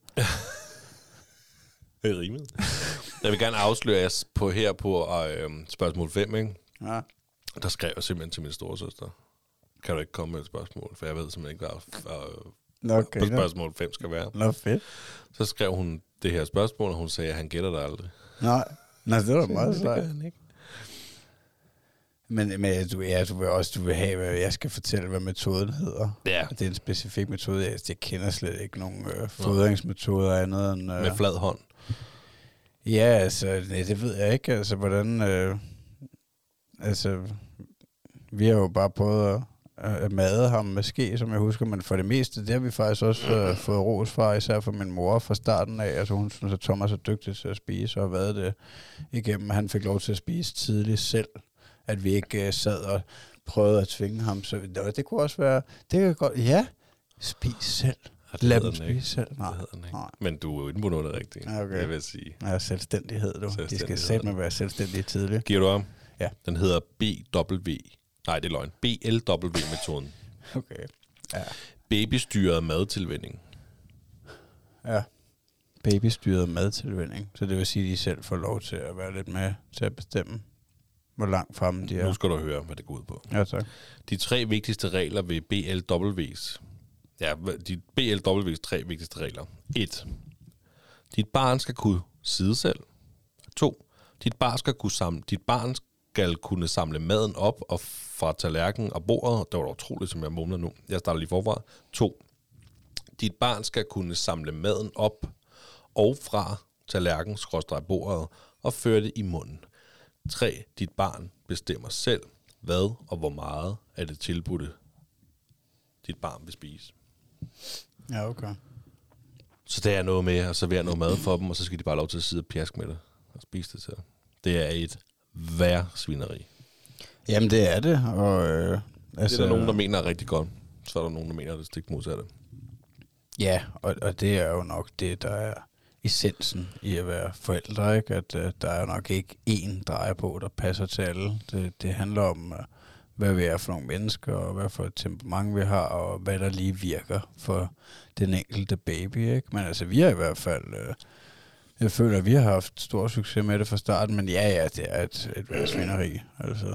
Det er rimeligt. Jeg vil gerne afsløre jer på her på øh, spørgsmål fem, ikke? Ja. Der skrev jeg simpelthen til min storesøster. Kan du ikke komme med et spørgsmål? For jeg ved simpelthen ikke, hvad øh, Nå, okay, på nå. spørgsmål fem skal være. Nå, fedt. Så skrev hun det her spørgsmål, og hun sagde, at han gætter det aldrig. Nej, Nej det var meget Det gør sejt. han ikke. Men, men du, ja, du vil også du vil have, hvad jeg skal fortælle, hvad metoden hedder. Ja, Det er en specifik metode. Jeg, jeg kender slet ikke nogen øh, fodringsmetoder andet end... Øh, med flad hånd. Ja, altså, nej, det ved jeg ikke. Altså, hvordan... Øh, altså, vi har jo bare prøvet at, at made ham med ske, som jeg husker, men for det meste, det har vi faktisk også øh, fået ros fra, især fra min mor fra starten af. Altså, hun synes, at Thomas er dygtig til at spise, og har været det igennem. Han fik lov til at spise tidligt selv, at vi ikke øh, sad og prøvede at tvinge ham. Så det, det kunne også være... Det kan godt... Ja, spis selv. Det Lad hedder dem den ikke. spise selv. Nej. Det hedder den ikke. Nej. Men du er jo inde på noget rigtigt, Ja, okay. det vil jeg sige. Ja, selvstændighed, du. De skal Selvstændighed. satme være selvstændige tidligt. Giver du om? Ja. Den hedder B W. Nej, det er løgn. B L W-metoden. Okay. Ja. Babystyret madtilvænning. Ja. Babystyret madtilvænning. Så det vil sige, at de selv får lov til at være lidt med til at bestemme, hvor langt fremme de er. Nu skal du høre, hvad det går ud på. Ja, tak. De tre vigtigste regler ved B L W's. Ja, de B L W's tre vigtigste regler. et. Dit barn skal kunne sidde selv. to. Dit barn skal kunne samle, dit barn skal kunne samle maden op og fra tallerkenen og bordet. Det var da utroligt, som jeg mumler nu. Jeg starter lige forfra. to. Dit barn skal kunne samle maden op og fra tallerkenen, skråstreg bordet og føre det i munden. tre. Dit barn bestemmer selv, hvad og hvor meget af det tilbudte dit barn vil spise. Ja, okay. Så det er noget med at servere noget mad for dem, og så skal de bare have lov til at sidde og pjaske med det og spise det til. Det er et værre svineri. Jamen, det er det. Og, øh, altså, Det er der nogen, der mener er rigtig godt. Så er der nogen, der mener, at det er stik modsatte. Ja, og, og det er jo nok det, der er essensen i at være forældre, ikke? At uh, der er nok ikke én dreje på, der passer til alle. Det, det handler om, uh, hvad vi er for nogle mennesker, og hvad for et temperament vi har, og hvad der lige virker for den enkelte baby, ikke? Men altså, vi har i hvert fald... Uh, Jeg føler, at vi har haft stor succes med det fra starten, men ja, ja, det er et, et værtsvinderi, altså.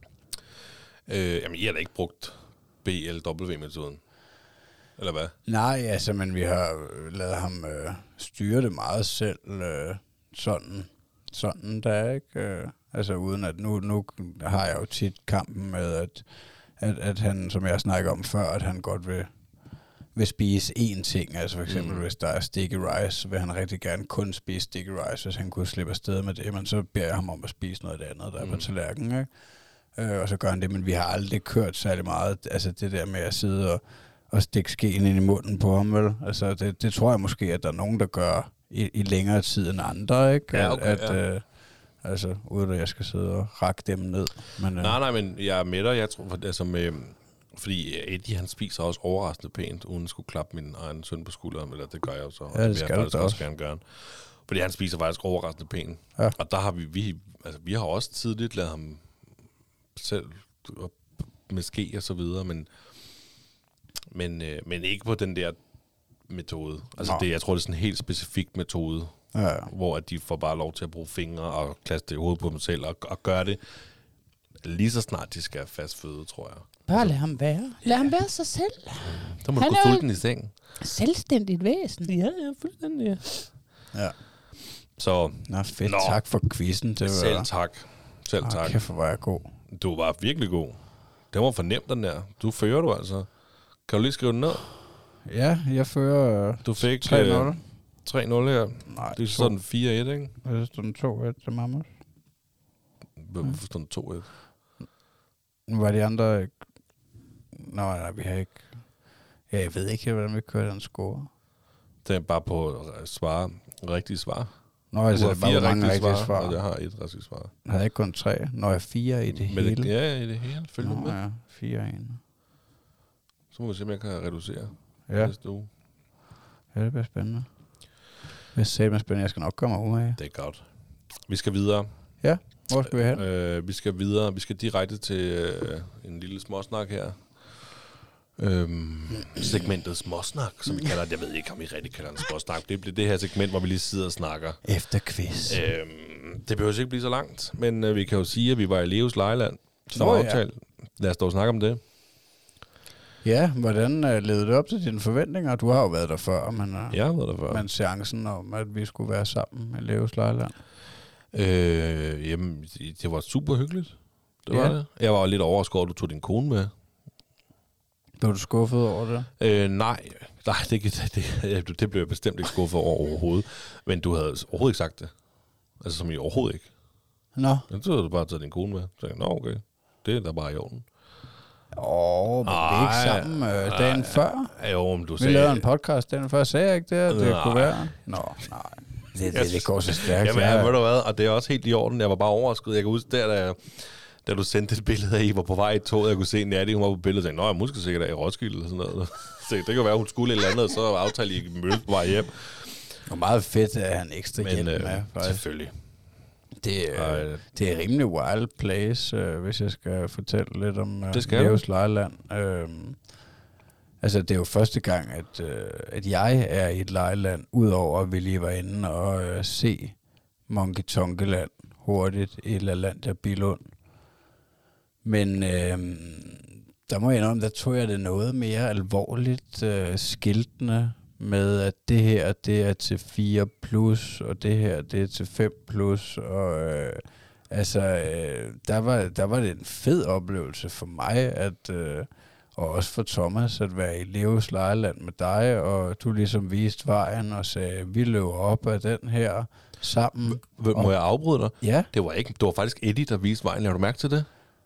Øh, jamen, I har da ikke brugt B L W-metoden? Eller hvad? Nej, altså, men vi har lavet ham øh, styre det meget selv, øh, sådan, sådan der, ikke? Øh, altså, uden at nu, nu har jeg jo tit kampen med, at, at, at han, som jeg snakker om før, at han godt vil, vil spise én ting. Altså for eksempel, mm. hvis der er sticky rice, så vil han rigtig gerne kun spise sticky rice, hvis han kunne slippe afsted med det, men så beder jeg ham om at spise noget af det andet, der mm. er på tallerkenen, ikke? Øh, og så gør han det, men vi har aldrig kørt særlig meget, altså det der med at sidde og, og stikke skeen ind i munden på ham, vel? Altså det, det tror jeg måske, at der er nogen, der gør i, i længere tid end andre, ikke? Ja, okay, at, ja. øh, altså uden at jeg skal sidde og rakke dem ned. Men, øh, nej, nej, men jeg er med dig, jeg tror, altså med, fordi Eddie, han spiser også overraskende pænt, uden at skulle klappe min egen søn på skulderen, eller det gør jeg jo så. Ja, det skal jeg du også. også gerne gøre. Fordi han spiser faktisk overraskende pænt. Ja. Og der har vi, vi, altså vi har også tidligt lavet ham selv med ske og så videre, men, men, øh, men ikke på den der metode. Altså det, jeg tror, det er sådan en helt specifik metode, ja, ja. hvor at de får bare lov til at bruge fingre og klasse det i hovedet på dem selv, og, og gøre det lige så snart de skal have fast føde, tror jeg. Bare lad ham være. Lad ja. ham være sig selv. Så må han du gå sulten i seng. Selvstændigt væsen. Ja, ja, fuldstændig. Ja. Så, Nå, fedt. Nå. Tak for quizzen. Det var, selv tak. Selv oh, tak. Kæft, hvor var jeg god. Du var virkelig god. Det var fornemt, den der. Du fører du altså. Kan du lige skrive den ned? Ja, jeg fører øh, Du fik tre nul. Øh, tre nul her. Nej, Det er sådan fire et, ikke? Jeg stod den to et til Mammut. Hvorfor stod den to et? Nu var de andre ikke... Nå, nej, vi har ikke... Ja, jeg ved ikke, hvordan vi kører den score. Det er bare på at svare rigtige svar. Nå, altså, Du har det er bare fire hvor mange rigtige rigtige svar, svar. og jeg har et rigtigt svar. Jeg havde ikke kun tre. Nå, jeg er fire i det Men hele. det, ja, i det hele. Følg Nå, med. ja, fire en. Så må vi se, om jeg kan reducere Ja, næste uge. ja, det bliver spændende. Det er sæt spændende. Jeg skal nok komme ud af. Det er godt. Vi skal videre. Ja, hvor skal vi hen? Øh, vi skal videre. Vi skal direkte til øh, en lille småsnak her. Øhm, segmentet småsnak, som vi kalder det. Jeg ved ikke, om vi rigtig kalder det småsnak. Det bliver det her segment, hvor vi lige sidder og snakker. Efter quiz. Øhm, det behøver ikke blive så langt, men øh, vi kan jo sige, at vi var i Leos Lejeland. Som Nå, ja. aftalt. Lad os dog snakke om det. Ja, hvordan uh, levede det op til dine forventninger? Du har jo været der før, men, uh, Jeg har været der før. men seancen om, at vi skulle være sammen med Leos Lejland. Øh, jamen, det var super hyggeligt. Det var Ja. det. Jeg var lidt overrasket over, at du tog din kone med. Blev du skuffet over det? Øh, nej, nej det, det, det, det blev jeg bestemt ikke skuffet over overhovedet. Men du havde overhovedet ikke sagt det. Altså som i overhovedet ikke. Nå. Men så havde du bare taget din kone med. Så jeg, nå okay, det er da bare i orden. Åh, oh, men vi er ikke sammen øh, dagen før. Jo, men du Vi sagde... lavede en podcast dagen før. Sagde jeg ikke det, at det Nej. kunne være? Nå, nej. Det, det, det går så stærkt. Jamen, ja, ved du hvad, og det er også helt i orden. Jeg var bare overrasket. Jeg kan huske, der, da, da du sendte et billede af, I var på vej i toget, jeg kunne se Natty, hun var på billedet, og tænkte, nå, jeg måske sikkert af i Roskilde, eller sådan noget. Så det kan være, hun skulle et eller andet, og så aftalte I møde på vej hjem. Det var meget fedt at have en ekstra Men hjælp øh, med. Faktisk. selvfølgelig. Det, øh, Ej. det er rimelig wild place, øh, hvis jeg skal fortælle lidt om øh, Det skal Leos Lejeland. Øh, altså, det er jo første gang, at, øh, at jeg er i et lejeland, udover at vi lige var inde og øh, se Monkey Tonkeland hurtigt i LaLandia Billund. Men øh, der må jeg indrømme, der tog jeg det noget mere alvorligt, øh, skiltene med, at det her, det er til fire plus, og det her, det er til fem plus, og øh, altså, øh, der, var, der var det en fed oplevelse for mig, at, øh, og også for Thomas, at være i Leos Lejeland med dig, og du ligesom viste vejen og sagde, vi løber op af den her sammen. M- må jeg afbryde dig? Ja. Det var ikke, det var faktisk Eddie, der viste vejen. Har du mærke til det?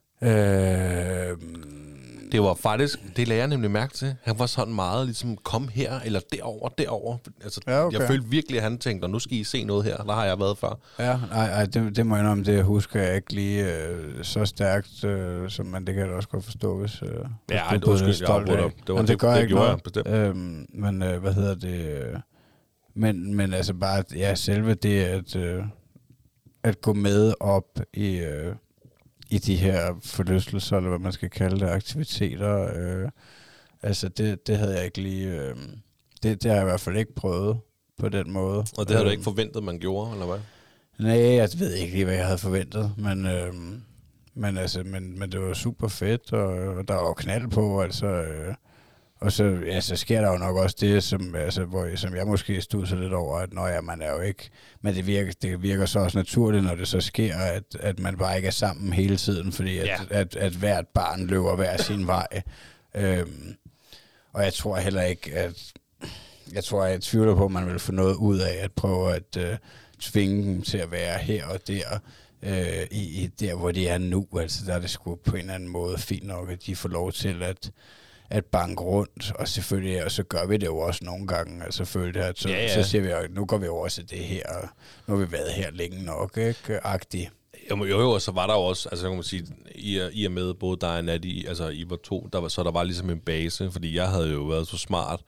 Øh, Det var faktisk, det lagde jeg nemlig mærke til. Han var sådan meget ligesom, kom her, eller derover, derover. Altså, Ja, okay. Jeg følte virkelig, at han tænkte, nu skal I se noget her. Der har jeg været før. Ja, nej, nej det, det må jeg indrømme, det husker jeg ikke lige øh, så stærkt, øh, som man det kan jeg da også godt forstå, hvis, øh, Ja, hvis ej, du er undskyld, jeg stolt afbryder af. dig. Det var- Men det- gør det ikke gjorde noget. jeg bestemt. Øhm, men øh, hvad hedder det? Øh, men, men altså bare, ja, selve det, at, øh, at gå med op i, øh, i de her forlystelser, eller hvad man skal kalde det, aktiviteter, øh, altså det, det havde jeg ikke lige, øh, det, det har jeg i hvert fald ikke prøvet på den måde. Og det havde du ikke forventet, man gjorde, eller hvad? Nej, jeg ved ikke lige, hvad jeg havde forventet, men, øh, men, altså, men, men det var super fedt, og, og der var jo knald på, altså... Øh, og så, ja, så sker der jo nok også det, som, altså, hvor, som jeg måske studser lidt over, at når ja, man er jo ikke... Men det virker, det virker så også naturligt, når det så sker, at, at man bare ikke er sammen hele tiden, fordi at, ja. at, at, at hvert barn løber hver sin vej. Øhm, og jeg tror heller ikke, at... Jeg tror, jeg tvivler på, at man vil få noget ud af at prøve at øh, tvinge dem til at være her og der, øh, i, i der, hvor de er nu. Altså, der er det sgu på en eller anden måde fint nok, at de får lov til at... at banke rundt, og selvfølgelig, og så gør vi det jo også nogle gange, altså selvfølgelig, at så, ja, ja. så siger vi jo, nu går vi over til det her, og nu har vi været her længe nok, ikke? Agtigt. Jo, jo, og så var der jo også, altså kan man sige, i, i og med både dig og Natty, altså I var to, der var, så der var ligesom en base, fordi jeg havde jo været så smart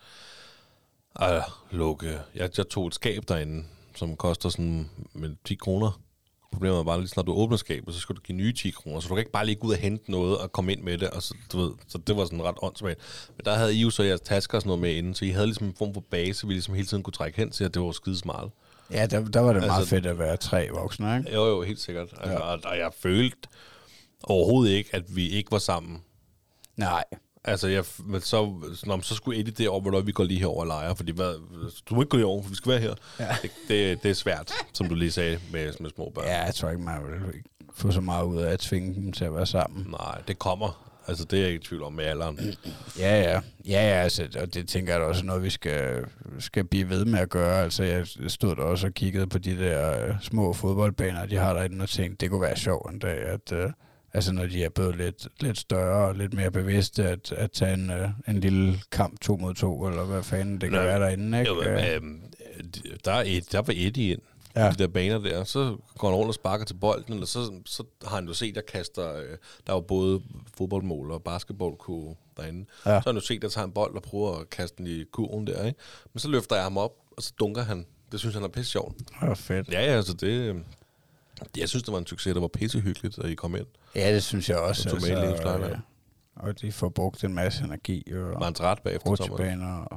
at lukke, jeg, jeg tog et skab derinde, som koster sådan med ti kroner. Problemet er bare, lige når du åbner skabet, så skal du give nye ti kroner, så du kan ikke bare lige gå ud og hente noget og komme ind med det, og så, du ved, så det var sådan ret åndssvagt. Men der havde I jo så jeres tasker og sådan noget med inden, så I havde ligesom en form for base, vi ligesom hele tiden kunne trække hen til, at det var skidesmart. Ja, der, der var det altså, meget fedt at være tre voksne, ikke? Jo, jo, helt sikkert. Altså, ja. og, og jeg følte overhovedet ikke, at vi ikke var sammen. Nej. Altså, jeg, men så, når så skulle Eddie derovre, hvor vi går lige herover og leger, fordi hvad, du må ikke gå derovre, for vi skal være her. Ja. Det, det, det er svært, som du lige sagde, med, med små børn. Ja, jeg tror ikke, man vil få så meget ud af at tvinge dem til at være sammen. Nej, det kommer. Altså, det er jeg ikke i tvivl om med alderen. Ja, ja. Ja, ja, altså, og det tænker jeg da også noget, vi skal, skal blive ved med at gøre. Altså, jeg stod der også og kiggede på de der uh, små fodboldbaner, de har derinde, og tænkte, det kunne være sjovt en dag, at... Uh, Altså når de er blevet lidt, lidt større og lidt mere bevidste, at, at tage en, uh, en lille kamp to mod to, eller hvad fanden det kan Nå, være derinde, ikke? Jo, men, øh, der, er et, der var Eddie ind, ja. De der baner der, så går han rundt og sparker til bolden, eller så, så har han jo set, der kaster, øh, der var både fodboldmål og basketballkurve derinde. Ja. Så har han jo set, der tager en bold og prøver at kaste den i kurven der, ikke? Men så løfter jeg ham op, og så dunker han. Det synes han er pisse sjovt. Det var fedt. Ja, ja, altså det... Jeg synes, det var en succes, der var pissehyggeligt, at I kom ind. Ja, det synes jeg også. Altså, og, ja. og de får brugt en masse energi. Og var han træt bagefter? Rutsjebaner. Og,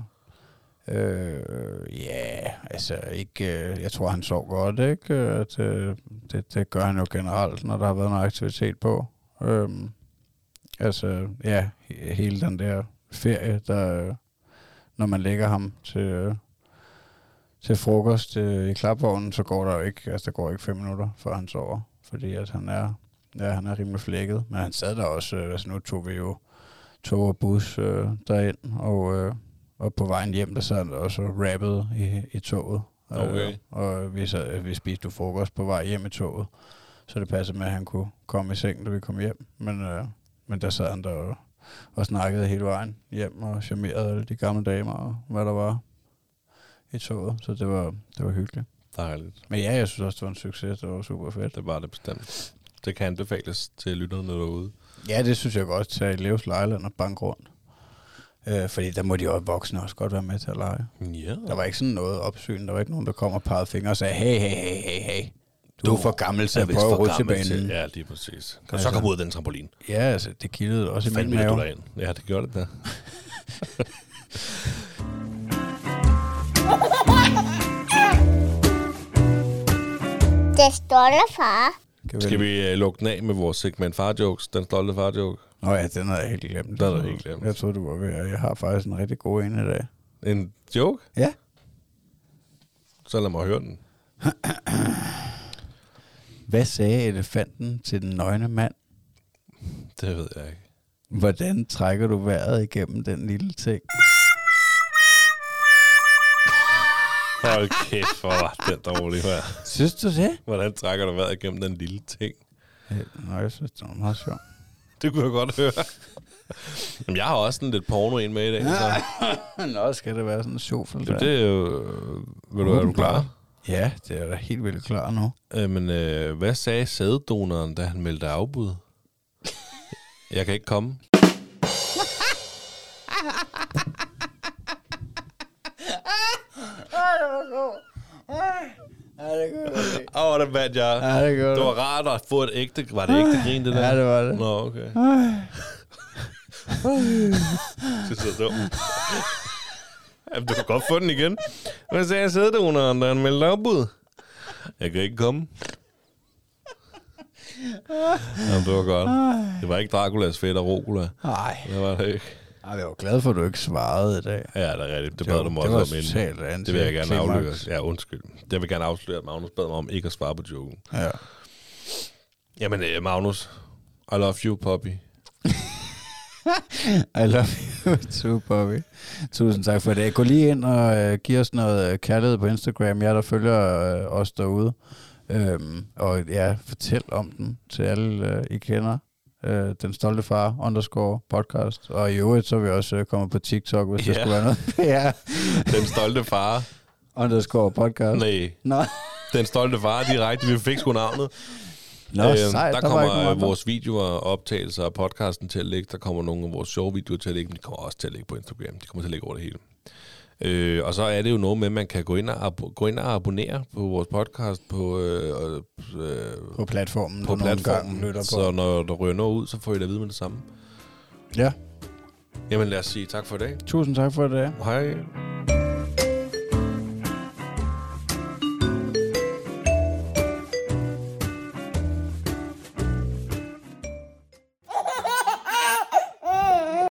øh, ja, altså ikke... Øh, jeg tror, han sov godt, ikke? At, øh, det, det gør han jo generelt, når der har været noget aktivitet på. Øh, altså, ja, hele den der ferie, der... Når man lægger ham til... Øh, til frokost øh, i klapvognen, så går der jo ikke, altså der går ikke fem minutter, før han sover, fordi at han er, ja, han er rimelig flækket, men han sad der også, øh, altså nu tog vi jo tog og bus øh, derind, og, øh, og på vejen hjem, der sad han også rappede i, i toget, okay. øh, og vi, sad, vi spiste jo frokost på vej hjem i toget, så det passede med, at han kunne komme i seng, da vi kom hjem, men, øh, men der sad han der og, og snakkede hele vejen hjem, og charmerede alle de gamle damer, og hvad der var i toget, så det var, det var hyggeligt. Dejligt. Men ja, jeg synes også, det var en succes, det var super fedt. Det var det bestemt. Det kan anbefales til lytterne derude. Ja, det synes jeg godt, tage i Leos Lejland og banke rundt. Øh, fordi der må de jo voksne også godt være med til at lege. Ja. Der var ikke sådan noget opsyn, der var ikke nogen, der kom og pegede fingre og sagde, hey, hey, hey, hey, hey. Du, du er for gammel til at prøve rutsjebanen. Ja, lige præcis. Kan du altså, så komme ud af den trampolin? Ja, altså, det kildede også i min mave. Ja, det gjorde det der. Det stolte far. Skal vi uh, lukke den af med vores segment far-jokes? Den stolte far-joke? Nå ja, den havde jeg helt glemt. Den havde jeg helt glemt. Jeg troede, du var ved, jeg har faktisk en rigtig god en i dag. En joke? Ja. Så lad mig høre den. Hvad sagde elefanten til den nøgne mand? Det ved jeg ikke. Hvordan trækker du vejret igennem den lille ting? Hold kæft, hvor var den dårlig her. Synes du det? Hvordan trækker du vejret igennem den lille ting? Ja, nå, jeg synes, det var meget sjovt. Det kunne jeg godt høre. Jamen, jeg har også sådan lidt porno ind med i dag. Så. Nå, skal det være sådan en sjovfuld. Det, det er jo... Vil du, er du klar? Ja, det er da helt vildt klar nu. Øh, men øh, hvad sagde sæddonoren, da han meldte afbud? Jeg kan ikke komme. Ja, det kunne jeg. Åh, oh, det vandt jeg. Ja, det, det var rart at få et ægte... Var det ægte grin, det der? Ja, det var det. Nå, okay. Det er så dumt. Jamen, du kan godt få den igen. Hvad sagde jeg sidder der under, der er en meldt afbud? Jeg kan ikke komme. Jamen, det var godt. Det var ikke Draculas fætter Rogula. Nej. Det var det ikke. Ej, jeg var glad for, at du ikke svarede i dag. Ja, det er rigtigt. Det bad du mig det også var om totalt inden. Det vil jeg gerne afsløre. Ja, undskyld. Det vil jeg gerne afsløre, at Magnus bad mig om ikke at svare på joken. Ja. Jamen, Magnus. I love you, Poppy. I love you too, Bobby. Tusind tak for det. Gå lige ind og uh, giv os noget uh, kærlighed på Instagram. Jeg der følger uh, os derude. Um, og ja, fortæl om den til alle, uh, I kender. Uh, Den stolte far underscore podcast. Og i øvrigt, så er vi også uh, kommet på TikTok, hvis ja. der skulle være noget. Ja. Den stolte far. Underscore podcast. Nej. Nå. Den stolte far direkte. Vi fik sgu navnet. Nå, øhm, sejt, der, der kommer vores videoer og optagelser af podcasten til at ligge. Der kommer nogle af vores sjove videoer til at ligge. De kommer også til at ligge på Instagram. De kommer til at ligge over det hele. Øh, og så er det jo noget med, at man kan gå ind og, abo- gå ind og abonnere på vores podcast på, øh, øh, på platformen. På platformen. På. Så når der rører noget ud, så får I da at vide med det samme. Ja. Jamen lad os sige tak for i dag. Tusind tak for det. Hej.